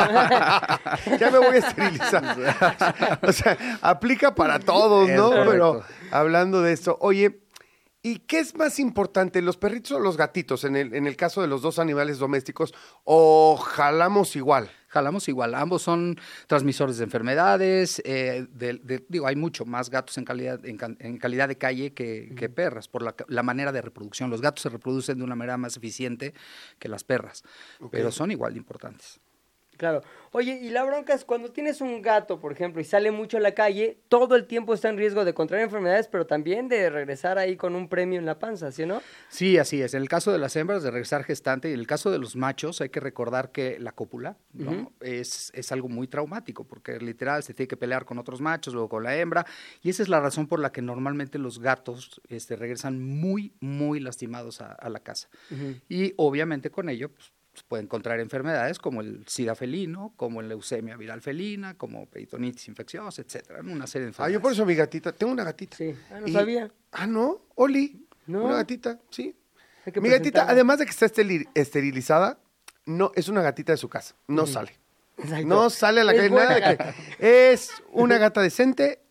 Ya me voy a esterilizar. O sea, aplica para todos, ¿no? Pero hablando de esto, oye, ¿y qué es más importante, los perritos o los gatitos, en el, en el caso de los dos animales domésticos, o jalamos igual? Jalamos igual, ambos son transmisores de enfermedades, eh, de, de, digo, hay mucho más gatos en calidad, en, en calidad de calle que, que perras, por la, la manera de reproducción. Los gatos se reproducen de una manera más eficiente que las perras, okay. pero son igual de importantes. Claro. Oye, y la bronca es cuando tienes un gato, por ejemplo, y sale mucho a la calle, todo el tiempo está en riesgo de contraer enfermedades, pero también de regresar ahí con un premio en la panza, ¿sí o no? Sí, así es. En el caso de las hembras, de regresar gestante, y en el caso de los machos, hay que recordar que la cópula, ¿no? Uh-huh. es, es algo muy traumático, porque literal se tiene que pelear con otros machos, luego con la hembra, y esa es la razón por la que normalmente los gatos este, regresan muy, muy lastimados a, a la casa. Uh-huh. Y obviamente con ello, pues, pueden contraer enfermedades como el sida felino, como la leucemia viral felina, como peritonitis infecciosa, etcétera, una serie de enfermedades. Ah, yo por eso mi gatita, tengo una gatita. Sí, ah, no y... sabía. Ah, ¿no? Oli, no. Una gatita, sí. Mi gatita, además de que está esterilizada, no es una gatita de su casa, no mm. sale. Exacto. No sale a la calle nada. Que es una gata decente,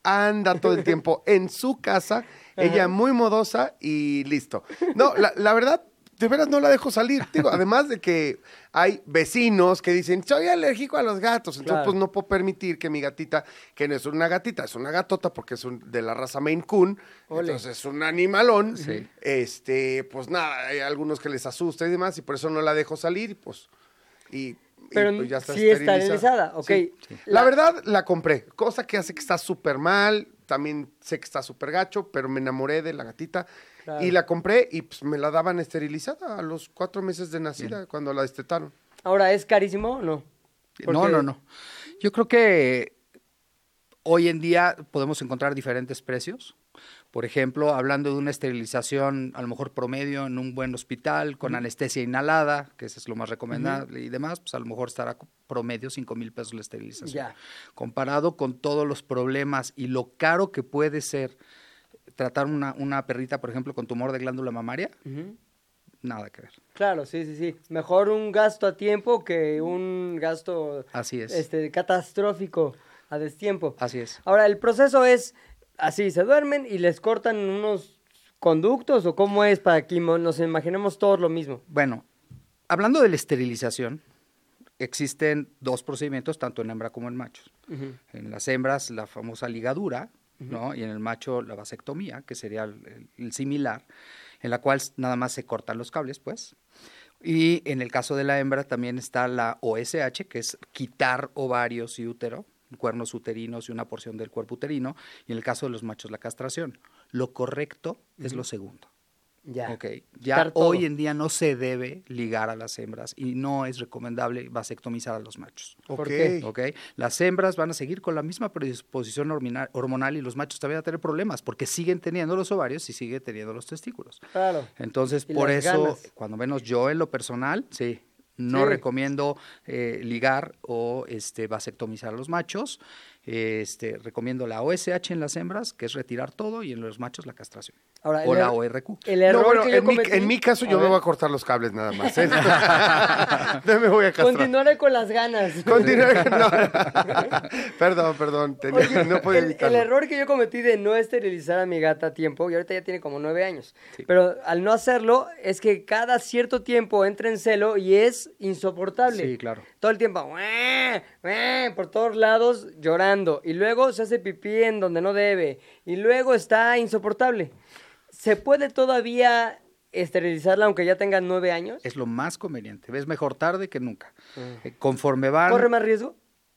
anda todo el tiempo en su casa, ella muy modosa y listo. No, la, la verdad, de veras no la dejo salir. Digo, además de que hay vecinos que dicen, soy alérgico a los gatos, entonces Claro. pues no puedo permitir que mi gatita, que no es una gatita, es una gatota porque es un- de la raza Maine Coon, Ole. entonces es un animalón, Sí. este, pues nada, hay algunos que les asusta y demás, y por eso no la dejo salir, pues, y... y, Pero pues, ya está sí está esterilizada, ok. Sí. La verdad, la compré, cosa que hace que está súper mal, también sé que está súper gacho, pero me enamoré de la gatita. Claro. Y la compré y pues me la daban esterilizada a los cuatro meses de nacida, cuando la destetaron. Ahora, ¿es carísimo o no? No, Porque- no, no. Yo creo que hoy en día podemos encontrar diferentes precios. Por ejemplo, hablando de una esterilización a lo mejor promedio en un buen hospital con anestesia inhalada, que eso es lo más recomendable y demás, pues a lo mejor estará co- promedio cinco mil pesos la esterilización. Ya. Comparado con todos los problemas y lo caro que puede ser tratar una, una perrita, por ejemplo, con tumor de glándula mamaria, Ujú. nada que ver. Claro, sí, sí, sí. Mejor un gasto a tiempo que un gasto Así es. este, catastrófico a destiempo. Así es. Ahora, el proceso es así, se duermen y les cortan unos conductos o cómo es para que mo- nos imaginemos todos lo mismo. Bueno, hablando de la esterilización, existen dos procedimientos, tanto en hembra como en machos. Ujú. En las hembras, la famosa ligadura, ¿no? Y en el macho, la vasectomía, que sería el, el- el similar, en la cual nada más se cortan los cables, pues. Y en el caso de la hembra también está la O S H, que es quitar ovarios y útero, cuernos uterinos y una porción del cuerpo uterino. Y en el caso de los machos, la castración. Lo correcto es lo segundo. Ya. Ok, ya Quitar todo. hoy en día no se debe ligar a las hembras y no es recomendable vasectomizar a los machos. ¿Por Ok. qué? ¿Ok? Las hembras van a seguir con la misma predisposición hormina- hormonal y los machos también van a tener problemas porque siguen teniendo los ovarios y siguen teniendo los testículos. Claro. Entonces, Y por las eso, ganas. cuando menos yo en lo personal, sí, no Sí. recomiendo eh, ligar o este, vasectomizar a los machos. Este, recomiendo la O S H en las hembras, que es retirar todo, y en los machos la castración. Ahora, o el la er- O R Q. El error No, bueno, que yo en, mi, cometí... en mi caso A yo me ver, voy a cortar los cables nada más. ¿eh? No me voy a castrar. Continuaré con las ganas. Continuaré. No. Perdón, perdón. tenía- Oye, no podía el, el evitarlo. error que yo cometí de no esterilizar a mi gata a tiempo, y ahorita ya tiene como nueve años, pero al no hacerlo es que cada cierto tiempo entra en celo y es insoportable. Sí, claro. Todo el tiempo, "Ué, ué", por todos lados llorando, y luego se hace pipí en donde no debe, y luego está insoportable. ¿Se puede todavía esterilizarla aunque ya tenga nueve años? Es lo más conveniente. Ves mejor tarde que nunca. Eh, conforme van... ¿Corre más riesgo?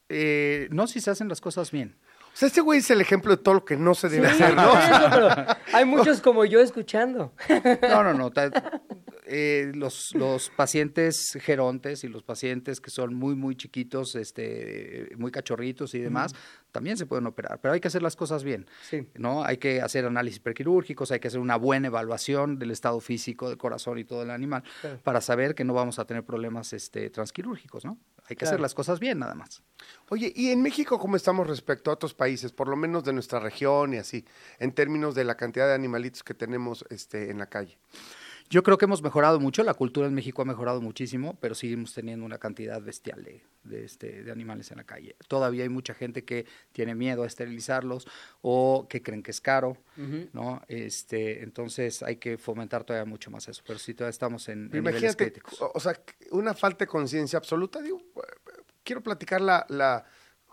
eh, no si se hacen las cosas bien. O sea, este güey es el ejemplo de todo lo que no se debe Sí, hacer, ¿no? por eso, pero hay muchos como yo escuchando. No, no, no. ta- eh, los, los pacientes gerontes y los pacientes que son muy, muy chiquitos, este, muy cachorritos y demás, también se pueden operar, pero hay que hacer las cosas bien. Sí. ¿No? Hay que hacer análisis prequirúrgicos, hay que hacer una buena evaluación del estado físico del corazón y todo el animal Claro. para saber que no vamos a tener problemas este, transquirúrgicos, ¿no? Hay que Claro. hacer las cosas bien, nada más. Oye, ¿y en México cómo estamos respecto a otros países, por lo menos de nuestra región y así, en términos de la cantidad de animalitos que tenemos este, en la calle? Yo creo que hemos mejorado mucho, la cultura en México ha mejorado muchísimo, pero seguimos teniendo una cantidad bestial de, de, este, de animales en la calle. Todavía hay mucha gente que tiene miedo a esterilizarlos o que creen que es caro, ¿no? Este, entonces hay que fomentar todavía mucho más eso, pero sí todavía estamos en, en niveles Imagínate, críticos. o o sea, una falta de conciencia absoluta. Digo, quiero platicar la, la,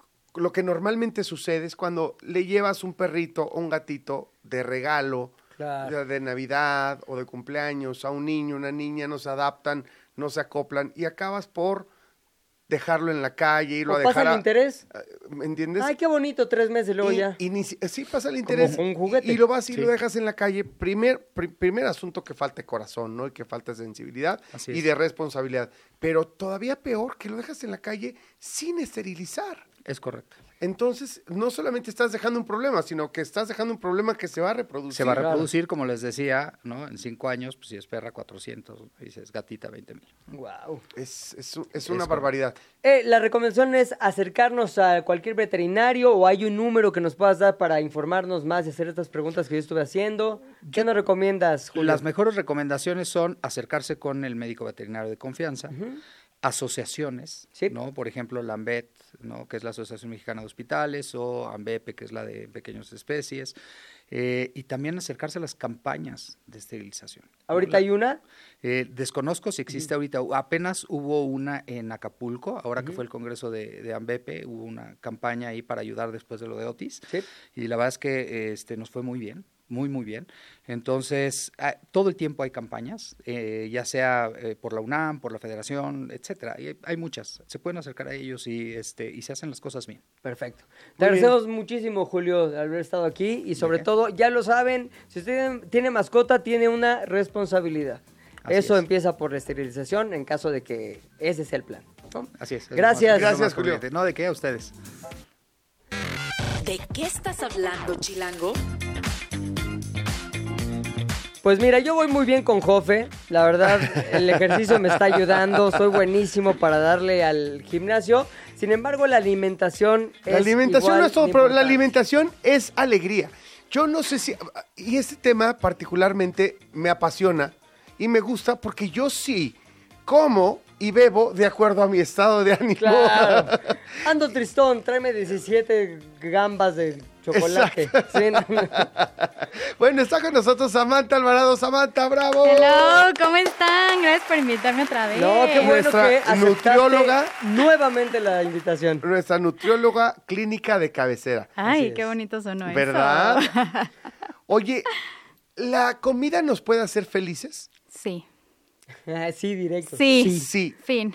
lo que normalmente sucede es cuando le llevas un perrito o un gatito de regalo, Claro. de, de Navidad o de cumpleaños a un niño, una niña, no se adaptan, no se acoplan y acabas por dejarlo en la calle, irlo ¿O a pasa dejar el a- interés? ¿Me entiendes? Ay, qué bonito, tres meses luego y, ya. y ni si- sí pasa el interés. un juguete. Y, y lo vas y Sí. lo dejas en la calle. Primer, pri- primer asunto que falta corazón, ¿no? Y que falta sensibilidad Así y es. de responsabilidad. Pero todavía peor que lo dejas en la calle sin esterilizar. Es correcto. Entonces, no solamente estás dejando un problema, sino que estás dejando un problema que se va a reproducir. Se va a Claro. reproducir, como les decía, ¿no? En cinco años, pues si es perra, cuatrocientos, y si es gatita, veinte mil. Wow. Es, es, un- es una Es barbaridad. Eh, la recomendación es acercarnos a cualquier veterinario o hay un número que nos puedas dar para informarnos más y hacer estas preguntas que yo estuve haciendo. ¿Qué nos recomiendas, Julio? Las mejores recomendaciones son acercarse con el médico veterinario de confianza. asociaciones, Sí. ¿no? Por ejemplo, la AMBET, ¿no? Que es la Asociación Mexicana de Hospitales, o AMBEPE, que es la de pequeñas especies, eh, y también acercarse a las campañas de esterilización. ¿Ahorita La- hay una? eh, desconozco si existe ahorita, apenas hubo una en Acapulco, ahora que fue el congreso de, de AMBEPE, hubo una campaña ahí para ayudar después de lo de Otis, Sí. y la verdad es que eh, este, nos fue muy bien, muy, muy bien. Entonces, ah, todo el tiempo hay campañas, eh, ya sea eh, por la UNAM, por la Federación, etcétera. Y hay, hay muchas, se pueden acercar a ellos y, este, y se hacen las cosas bien. Perfecto. Te agradecemos muchísimo, Julio, de haber estado aquí y sobre qué? todo, ya lo saben, si usted tiene mascota, tiene una responsabilidad. Así Eso es. empieza por la esterilización en caso de que ese sea el plan, ¿no? Así es. es lo Gracias. más- es lo Gracias, más Julio. corriente. No, ¿de qué? A ustedes. ¿De qué estás hablando, Chilango? Pues mira, yo voy muy bien con Jofe. La verdad, el ejercicio me está ayudando. Soy buenísimo para darle al gimnasio. Sin embargo, la alimentación es La alimentación igual no es todo, de pero la importante. alimentación es alegría. Yo no sé si... Y este tema particularmente me apasiona y me gusta porque yo sí como y bebo de acuerdo a mi estado de ánimo. Claro. Ando tristón, tráeme diecisiete gambas de chocolate. Sí, no, no. Bueno, está con nosotros Samantha Alvarado. Samantha, bravo. Hello, ¿cómo están? Gracias por invitarme otra vez. No, qué bueno Nuestra que aceptaste nutrióloga. nuevamente la invitación. Nuestra nutrióloga clínica de cabecera. Ay, Así qué es. bonito sonó eso. ¿Verdad? Oye, ¿la comida nos puede hacer felices? Sí. Ah, sí, directo. Sí. Sí. Fin.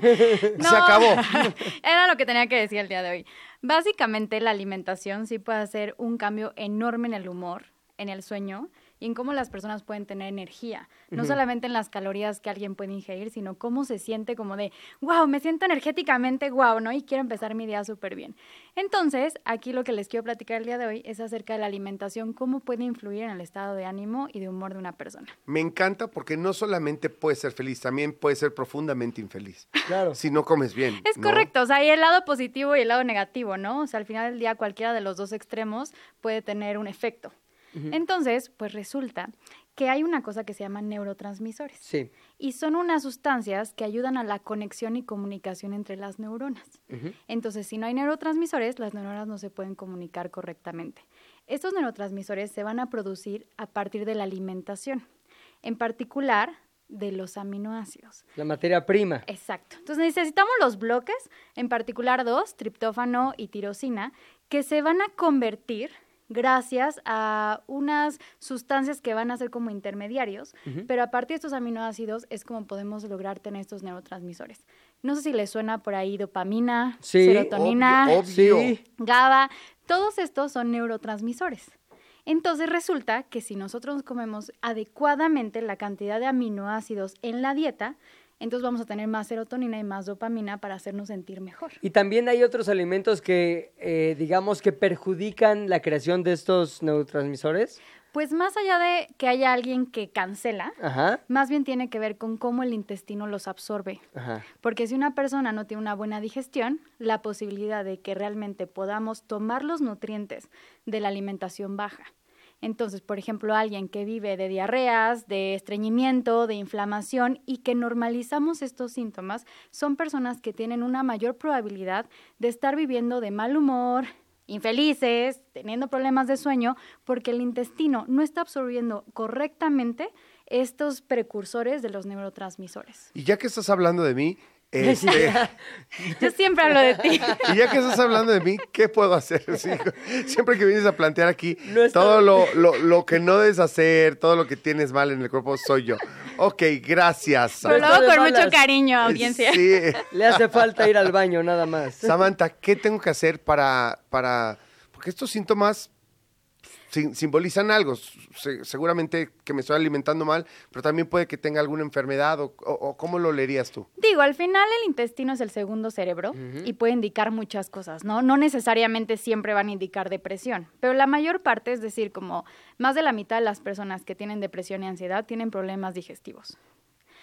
Se acabó. Era lo que tenía que decir el día de hoy. Básicamente, la alimentación sí puede hacer un cambio enorme en el humor, en el sueño y en cómo las personas pueden tener energía. No solamente en las calorías que alguien puede ingerir, sino cómo se siente como de, wow, me siento energéticamente wow, ¿no? Y quiero empezar mi día súper bien. Entonces, aquí lo que les quiero platicar el día de hoy es acerca de la alimentación, cómo puede influir en el estado de ánimo y de humor de una persona. Me encanta porque no solamente puede ser feliz, también puede ser profundamente infeliz. Claro. Si no comes bien. Es ¿no? correcto, o sea, hay el lado positivo y el lado negativo, ¿no? O sea, al final del día cualquiera de los dos extremos puede tener un efecto. Entonces, pues resulta que hay una cosa que se llama neurotransmisores. Sí. Y son unas sustancias que ayudan a la conexión y comunicación entre las neuronas. Entonces, si no hay neurotransmisores, las neuronas no se pueden comunicar correctamente. Estos neurotransmisores se van a producir a partir de la alimentación, en particular de los aminoácidos. La materia prima. Exacto. Entonces necesitamos los bloques, en particular dos, triptófano y tirosina, que se van a convertir gracias a unas sustancias que van a ser como intermediarios, pero a partir de estos aminoácidos es como podemos lograr tener estos neurotransmisores. No sé si les suena por ahí dopamina, Sí, serotonina, obvio, obvio. Sí. GABA, todos estos son neurotransmisores. Entonces resulta que si nosotros comemos adecuadamente la cantidad de aminoácidos en la dieta, entonces vamos a tener más serotonina y más dopamina para hacernos sentir mejor. Y también hay otros alimentos que, eh, digamos, que perjudican la creación de estos neurotransmisores. Pues más allá de que haya alguien que cancela, Ajá. más bien tiene que ver con cómo el intestino los absorbe. Ajá. Porque si una persona no tiene una buena digestión, la posibilidad de que realmente podamos tomar los nutrientes de la alimentación baja. Entonces, por ejemplo, alguien que vive de diarreas, de estreñimiento, de inflamación y que normalizamos estos síntomas, son personas que tienen una mayor probabilidad de estar viviendo de mal humor, infelices, teniendo problemas de sueño, porque el intestino no está absorbiendo correctamente estos precursores de los neurotransmisores. Y ya que estás hablando de mí, Sí. este, Yo siempre hablo de ti. y ya que estás hablando de mí, ¿qué puedo hacer? Sí, siempre que vienes a plantear aquí, No está- todo lo, lo, lo que no debes hacer, todo lo que tienes mal en el cuerpo, soy yo. Ok, gracias. Pero está luego de con mucho malas. cariño, audiencia. Sí. Le hace falta ir al baño, nada más. Samantha, ¿qué tengo que hacer para, para... Porque estos síntomas sim- simbolizan algo. Se- seguramente que me estoy alimentando mal, pero también puede que tenga alguna enfermedad o, o- o ¿cómo lo leerías tú? Digo, al final el intestino es el segundo cerebro y puede indicar muchas cosas, ¿no? No necesariamente siempre van a indicar depresión, pero la mayor parte, es decir, como más de la mitad de las personas que tienen depresión y ansiedad tienen problemas digestivos.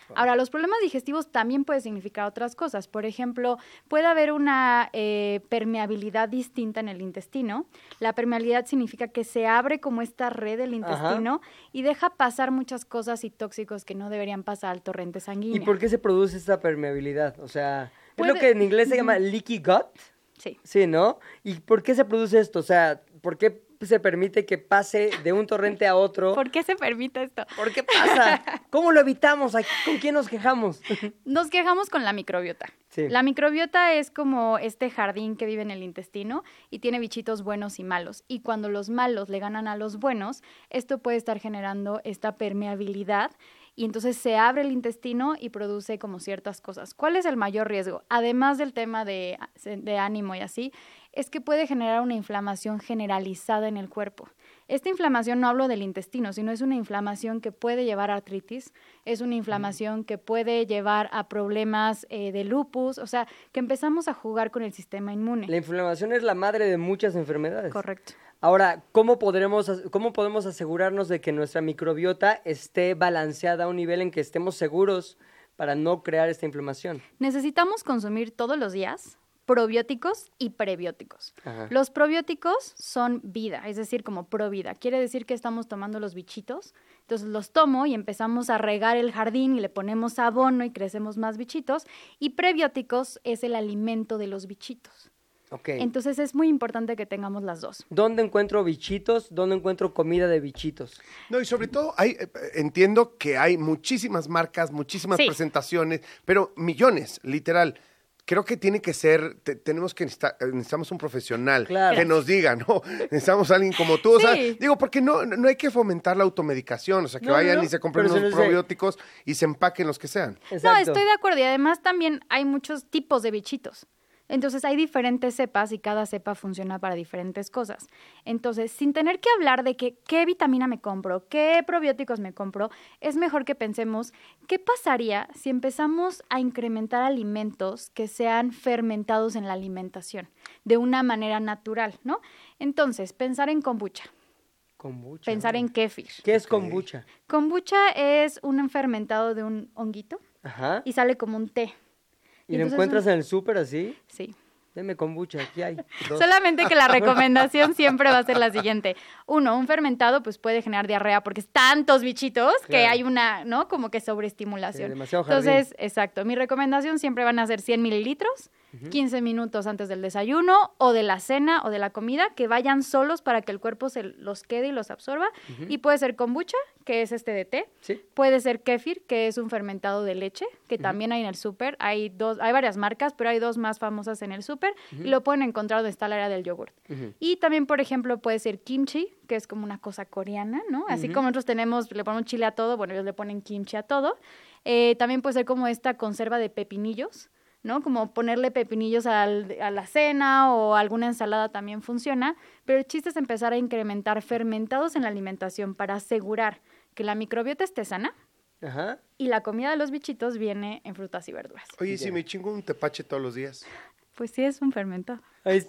Ahora, los problemas digestivos también pueden significar otras cosas. Por ejemplo, puede haber una eh, permeabilidad distinta en el intestino. La permeabilidad significa que se abre como esta red del intestino Ajá. y deja pasar muchas cosas y tóxicos que no deberían pasar al torrente sanguíneo. ¿Y por qué se produce esta permeabilidad? O sea, Puede... ¿es lo que en inglés se llama leaky gut? Sí. Sí, ¿no? ¿Y por qué se produce esto? O sea, ¿por qué se permite que pase de un torrente a otro? ¿Por qué se permite esto? ¿Por qué pasa? ¿Cómo lo evitamos? ¿Con quién nos quejamos? Nos quejamos con la microbiota. Sí. La microbiota es como este jardín que vive en el intestino y tiene bichitos buenos y malos. Y cuando los malos le ganan a los buenos, esto puede estar generando esta permeabilidad y entonces se abre el intestino y produce como ciertas cosas. ¿Cuál es el mayor riesgo? Además del tema de, de ánimo y así, es que puede generar una inflamación generalizada en el cuerpo. Esta inflamación no hablo del intestino, sino es una inflamación que puede llevar a artritis, es una inflamación que puede llevar a problemas eh, de lupus, o sea, que empezamos a jugar con el sistema inmune. La inflamación es la madre de muchas enfermedades. Correcto. Ahora, ¿cómo podremos, cómo podemos asegurarnos de que nuestra microbiota esté balanceada a un nivel en que estemos seguros para no crear esta inflamación? Necesitamos consumir todos los días probióticos y prebióticos. Ajá. Los probióticos son vida, es decir, como provida. Quiere decir que estamos tomando los bichitos, entonces los tomo y empezamos a regar el jardín y le ponemos abono y crecemos más bichitos. Y prebióticos es el alimento de los bichitos. Okay. Entonces es muy importante que tengamos las dos. ¿Dónde encuentro bichitos? ¿Dónde encuentro comida de bichitos? No, y sobre todo, hay, entiendo que hay muchísimas marcas, muchísimas sí. presentaciones, pero millones, literal. Creo que tiene que ser, te, tenemos que necesitar, necesitamos un profesional claro. que nos diga, ¿no? Necesitamos a alguien como tú, sí. o sea, digo, porque no, no hay que fomentar la automedicación, o sea, que no, vayan no, y se compren unos no probióticos sé. y se empaquen los que sean. Exacto. No, estoy de acuerdo, y además también hay muchos tipos de bichitos. Entonces hay diferentes cepas y cada cepa funciona para diferentes cosas. Entonces, sin tener que hablar de que, qué vitamina me compro, qué probióticos me compro, es mejor que pensemos qué pasaría si empezamos a incrementar alimentos que sean fermentados en la alimentación de una manera natural, ¿no? Entonces, pensar en kombucha. Kombucha. Pensar en kéfir. ¿Qué es kombucha? Kombucha es un fermentado de un honguito Ajá. y sale como un té. ¿Y lo encuentras un... en el súper así? Sí. Deme kombucha, aquí hay. Dos. Solamente que la recomendación siempre va a ser la siguiente. Uno, un fermentado pues puede generar diarrea porque es tantos bichitos claro. que hay una, ¿no? Como que sobreestimulación. Sí, demasiado jardín. Entonces, exacto. Mi recomendación siempre van a ser cien mililitros, uh-huh. quince minutos antes del desayuno o de la cena o de la comida, que vayan solos para que el cuerpo se los quede y los absorba. Uh-huh. Y puede ser kombucha, que es este de té. ¿Sí? Puede ser kéfir, que es un fermentado de leche, que uh-huh. también hay en el súper. Hay dos, hay varias marcas, pero hay dos más famosas en el súper. Uh-huh. Y lo pueden encontrar donde está el área del yogurt. Uh-huh. Y también, por ejemplo, puede ser kimchi, que es como una cosa coreana, ¿no? Así uh-huh. como nosotros tenemos, le ponemos chile a todo, bueno, ellos le ponen kimchi a todo. Eh, también puede ser como esta conserva de pepinillos, ¿no? Como ponerle pepinillos al, a la cena o alguna ensalada también funciona. Pero el chiste es empezar a incrementar fermentados en la alimentación para asegurar que la microbiota esté sana. Ajá. Y la comida de los bichitos viene en frutas y verduras. Oye, ¿y si me chingo un tepache todos los días? Pues sí, es un fermentado. Ahí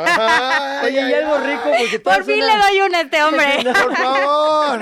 está. Ay, Oye, y algo rico porque por fin una... le doy una a este hombre. Por favor.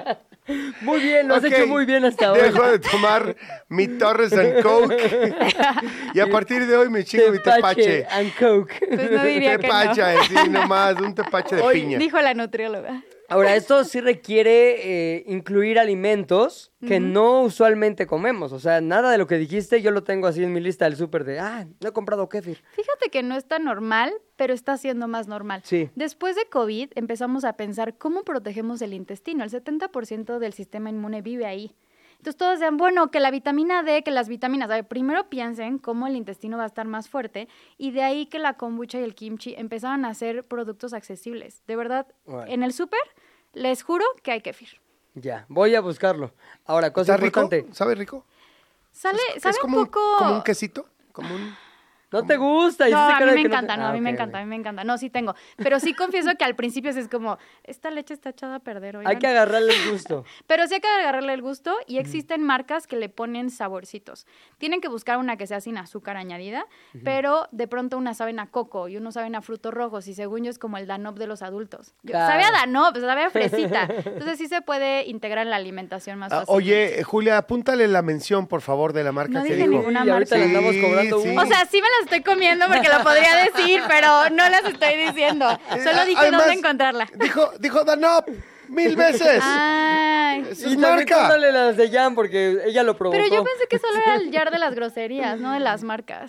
Muy bien, lo okay. has hecho muy bien hasta ahora. Dejo de tomar mi Torres and Coke. Y a partir de hoy me chingo mi tepache. and Coke. Pues no diría tepache, que no. sí, nomás, un tepache de Oye, piña. Dijo la nutrióloga. Ahora, esto sí requiere eh, incluir alimentos que uh-huh. no usualmente comemos. O sea, nada de lo que dijiste yo lo tengo así en mi lista del súper de, ah, no he comprado kéfir. Fíjate que no es tan normal, pero está siendo más normal. Sí. Después de COVID empezamos a pensar cómo protegemos el intestino. El setenta por ciento del sistema inmune vive ahí. Entonces todos decían, bueno, que la vitamina D, que las vitaminas. A ver, primero piensen cómo el intestino va a estar más fuerte y de ahí que la kombucha y el kimchi empezaron a ser productos accesibles. De verdad, bueno. En el súper les juro que hay kéfir. Ya, voy a buscarlo. Ahora, cosa ¿Está importante. rico? ¿Sabe rico? Sale, es, sabe es un como poco... Un, como un quesito, como un... No te gusta. Y No, hiciste a mí cara de me que no te- encanta, no, Ah, a mí me ok, encanta, ok. a mí me encanta. No, sí tengo. Pero sí confieso que al principio sí es como, esta leche está echada a perder, oigan. Hay que agarrarle el gusto. Pero sí hay que agarrarle el gusto y existen marcas que le ponen saborcitos. Tienen que buscar una que sea sin azúcar añadida, pero de pronto unas saben a coco y unos saben a frutos rojos y según yo es como el Danop de los adultos. Yo- Claro. Sabe a Danop, sabe a fresita. Entonces sí se puede integrar en la alimentación más Ah, fácil. oye, eh, Julia, apúntale la mención, por favor, de la marca No que dije dijo. ninguna Y ahorita marca. le andamos Sí, cobrando sí. un... O sea, sí me las estoy comiendo porque lo podría decir, pero no las estoy diciendo. Solo dije Además, dónde encontrarla. Dijo, dijo Danop mil veces. Ay. Esa Y es también marca. cómprale las de Jan porque ella lo provocó. Pero yo pensé que solo era el jar de las groserías, no de las marcas.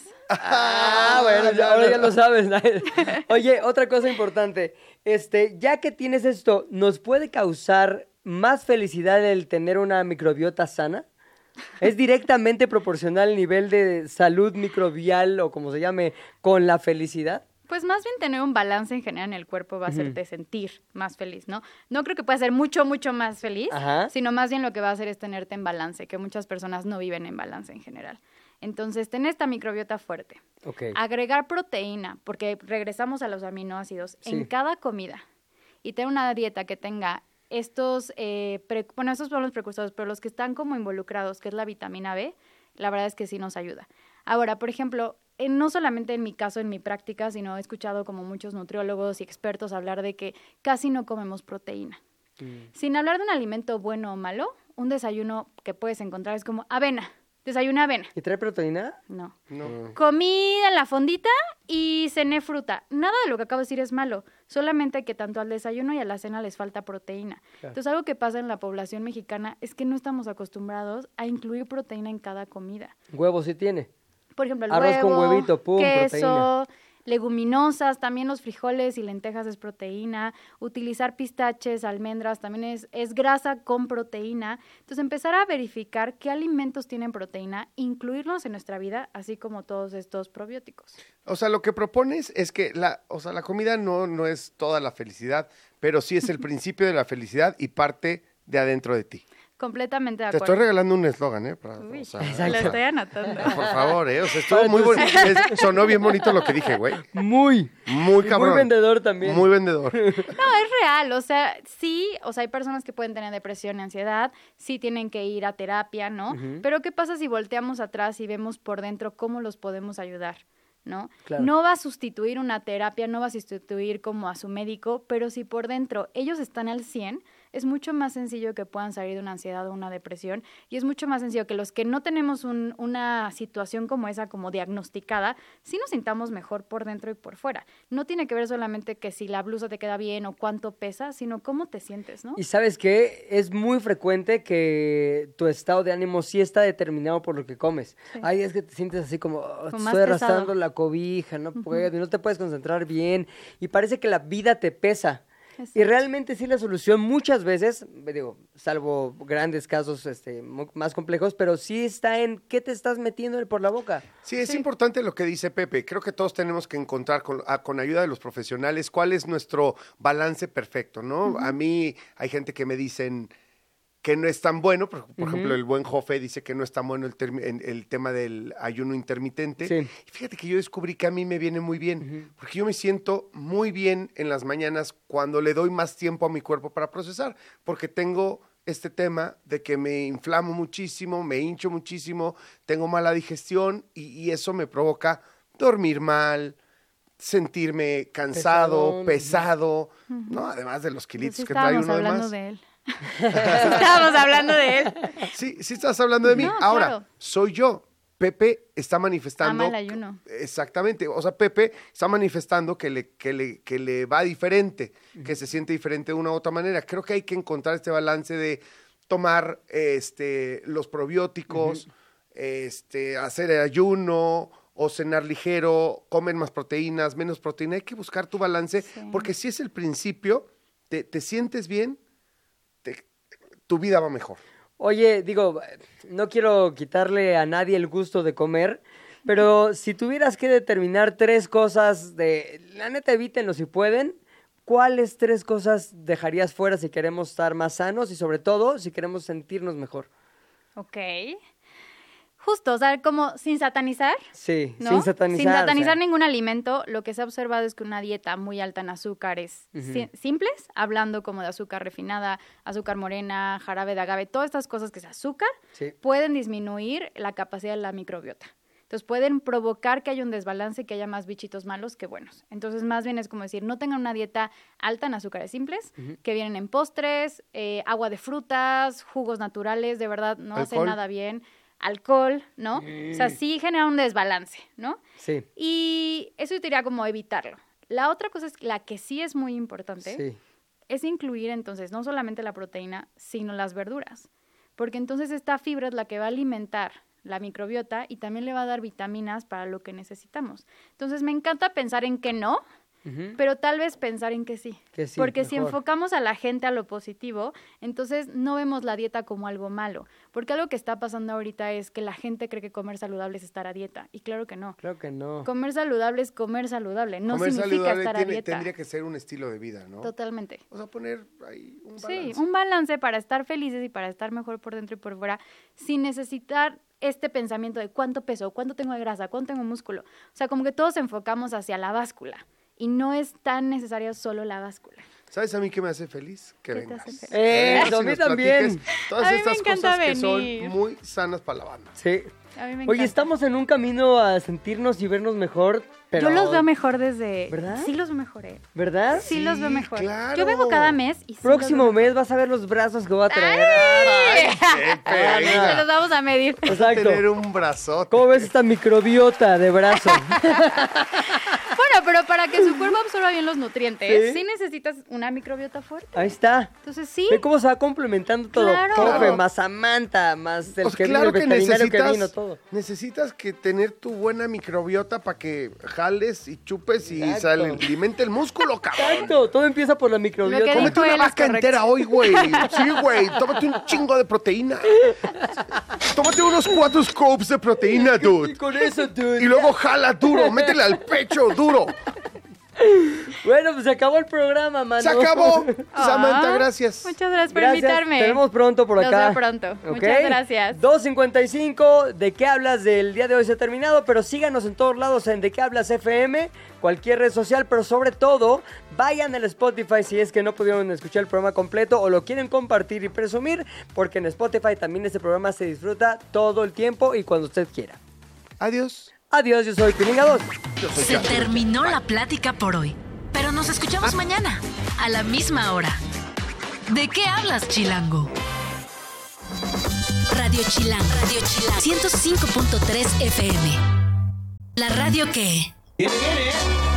Ah, bueno, ya- ahora ya lo sabes. Oye, otra cosa importante. Este, ya que tienes esto, ¿nos puede causar más felicidad el tener una microbiota sana? ¿Es directamente proporcional el nivel de salud microbial o como se llame con la felicidad? Pues más bien tener un balance en general en el cuerpo va a hacerte sentir más feliz, ¿no? No creo que pueda ser mucho, mucho más feliz, Ajá. sino más bien lo que va a hacer es tenerte en balance, que muchas personas no viven en balance en general. Entonces, tener esta microbiota fuerte. Ok. Agregar proteína, porque regresamos a los aminoácidos Sí. en cada comida. Y tener una dieta que tenga estos, eh, pre- bueno, estos son los precursores, pero los que están como involucrados, que es la vitamina B, la verdad es que sí nos ayuda. Ahora, por ejemplo, eh, no solamente en mi caso, en mi práctica, sino he escuchado como muchos nutriólogos y expertos hablar de que casi no comemos proteína. Sin hablar de un alimento bueno o malo, un desayuno que puedes encontrar es como avena. Desayuné avena. ¿Y trae proteína? No. No. Comí en la fondita y cené fruta. Nada de lo que acabo de decir es malo, solamente que tanto al desayuno y a la cena les falta proteína. Claro. Entonces, algo que pasa en la población mexicana es que no estamos acostumbrados a incluir proteína en cada comida. Huevo sí tiene. Por ejemplo, el Arroz con huevo, huevito, pum, queso, leguminosas, también los frijoles y lentejas es proteína, utilizar pistaches, almendras, también es, es grasa con proteína. Entonces, empezar a verificar qué alimentos tienen proteína, incluirlos en nuestra vida, así como todos estos probióticos. O sea, lo que propones es que la, o sea, la comida no, no es toda la felicidad, pero sí es el principio de la felicidad y parte de adentro de ti. Completamente de Te acuerdo. estoy regalando un eslogan, ¿eh? Para- Uy, o sea, lo estoy anotando. por favor, ¿eh? O sea, estuvo muy bonito. Es- Sonó bien bonito lo que dije, güey. Muy. Muy cabrón. Muy vendedor también. Muy vendedor. No, es real, o sea, sí, o sea, hay personas que pueden tener depresión y ansiedad, sí tienen que ir a terapia, ¿no? Pero ¿qué pasa si volteamos atrás y vemos por dentro cómo los podemos ayudar? ¿No? Claro. No va a sustituir una terapia, no va a sustituir como a su médico, pero si por dentro ellos están al cien, es mucho más sencillo que puedan salir de una ansiedad o una depresión y es mucho más sencillo que los que no tenemos un- una situación como esa, como diagnosticada, sí nos sintamos mejor por dentro y por fuera. No tiene que ver solamente que si la blusa te queda bien o cuánto pesa, sino cómo te sientes, ¿no? Y sabes qué, es muy frecuente que tu estado de ánimo sí está determinado por lo que comes. Sí. Ay, es que te sientes así como, "Oh, Como más estoy arrastrando pesado. la cobija, no puedo, y no te puedes concentrar bien, y parece que la vida te pesa. Y Exacto. realmente sí la solución muchas veces, digo, salvo grandes casos este, mu- más complejos, pero sí está en qué te estás metiendo por la boca. Sí, es importante lo que dice Pepe. Creo que todos tenemos que encontrar con, a- con ayuda de los profesionales cuál es nuestro balance perfecto, ¿no? A mí hay gente que me dicen que no es tan bueno, por, por ejemplo, el buen Jofe dice que no es tan bueno el, termi- en- el tema del ayuno intermitente. Sí. Y fíjate que yo descubrí que a mí me viene muy bien, porque yo me siento muy bien en las mañanas cuando le doy más tiempo a mi cuerpo para procesar, porque tengo este tema de que me inflamo muchísimo, me hincho muchísimo, tengo mala digestión y, y eso me provoca dormir mal, sentirme cansado, Pesadón. pesado, ¿no? Además de los Pues kilitos sí que trae estábamos uno hablando además. de él. Sí estábamos hablando de él. Sí, sí estás hablando de mí. No, Ahora, claro. soy yo. Pepe está manifestando. Ama el ayuno. Exactamente. O sea, Pepe está manifestando que le, que le, que le va diferente, que se siente diferente de una u otra manera. Creo que hay que encontrar este balance de tomar este, los probióticos, este, hacer el ayuno o cenar ligero, comer más proteínas, menos proteína. Hay que buscar tu balance, Sí. porque si es el principio, te, te sientes bien, te- tu vida va mejor. Oye, digo, no quiero quitarle a nadie el gusto de comer, pero si tuvieras que determinar tres cosas de, la neta, evítenlo si pueden, ¿cuáles tres cosas dejarías fuera si queremos estar más sanos y sobre todo si queremos sentirnos mejor? Ok. Justo, o sea, como sin satanizar, Sí, ¿no? sin satanizar. Sin satanizar o sea. ningún alimento, lo que se ha observado es que una dieta muy alta en azúcares si- simples, hablando como de azúcar refinada, azúcar morena, jarabe de agave, todas estas cosas que es azúcar, Sí. pueden disminuir la capacidad de la microbiota. Entonces pueden provocar que haya un desbalance y que haya más bichitos malos que buenos. Entonces más bien es como decir, no tengan una dieta alta en azúcares simples, que vienen en postres, eh, agua de frutas, jugos naturales, de verdad no hacen Alcohol. nada bien. Alcohol, ¿no? O sea, sí genera un desbalance, ¿no? Sí, Y eso yo diría como evitarlo. La otra cosa es la que sí es muy importante, sí. es incluir entonces no solamente la proteína, sino las verduras. Porque entonces esta fibra es la que va a alimentar la microbiota y también le va a dar vitaminas para lo que necesitamos. Entonces me encanta pensar en que no, Ujú. pero tal vez pensar en que sí. Que sí, Porque si mejor. enfocamos a la gente a lo positivo, entonces no vemos la dieta como algo malo. Porque algo que está pasando ahorita es que la gente cree que comer saludable es estar a dieta. Y claro que no. Creo que no. Comer saludable es comer saludable, no Comer significa saludable estar a tiene- dieta. tendría que ser un estilo de vida, ¿no? Totalmente. O sea, poner ahí un Sí, balance. un balance para estar felices y para estar mejor por dentro y por fuera, sin necesitar este pensamiento de cuánto peso, cuánto tengo de grasa, cuánto tengo de músculo. O sea, como que todos enfocamos hacia la báscula y no es tan necesario solo la báscula. ¿Sabes a mí qué me hace feliz? Que ¿Qué te vengas. hace feliz? Eh, Vengas y a mí nos también. platiques Todas A mí me estas encanta cosas que son venir. muy sanas para la banda. Sí. A mí me Oye, encanta. estamos en un camino a sentirnos y vernos mejor, pero... Yo los veo mejor desde... ¿Verdad? Sí los veo mejor, ¿eh? ¿Verdad? Sí, los veo Sí, mejor. claro. Yo vengo cada mes y sí Próximo los veo mes vas a ver los brazos que voy a traer. ¡Ay! Qué mejor. pena. Se los vamos a medir. Exacto. Tener un brazote. ¿Cómo ves esta microbiota de brazo? Bueno, pero para que su cuerpo absorba bien los nutrientes, Sí. sí, necesitas una microbiota fuerte. Ahí está. Entonces sí, Ve cómo se va complementando todo. Claro. Profe, Claro. más Samantha, más el Pues que claro vino, que el veterinario que necesitas, vino, todo. necesitas que tener tu buena microbiota para que jales y chupes y Exacto. se alimente el músculo, cabrón. Exacto, todo empieza por la microbiota. Lo que Cómete dijo una él es vaca correcto. entera hoy, güey. Sí, güey. Tómate un chingo de proteína. Tómate unos cuatro scopes de proteína, Y dude. con eso, dude. Y luego jala duro, métele al pecho duro. Bueno, pues se acabó el programa, mano. Se acabó. Ah, Samantha, gracias. Muchas gracias por Gracias. invitarme. Te vemos pronto por Los acá. veo pronto. ¿Ok? Muchas gracias. dos cincuenta y cinco, ¿de qué hablas? Del día de hoy se ha terminado, pero síganos en todos lados en De qué hablas F M, cualquier red social, pero sobre todo, vayan al Spotify si es que no pudieron escuchar el programa completo o lo quieren compartir y presumir, porque en Spotify también este programa se disfruta todo el tiempo y cuando usted quiera. Adiós. Adiós, yo soy Pilinga dos. Yo soy Se Charlie. terminó la plática por hoy, pero nos escuchamos mañana, a la misma hora. ¿De qué hablas, Chilango? Radio Chilango, Radio Chilango, ciento cinco punto tres F M. La radio que... Viene, viene.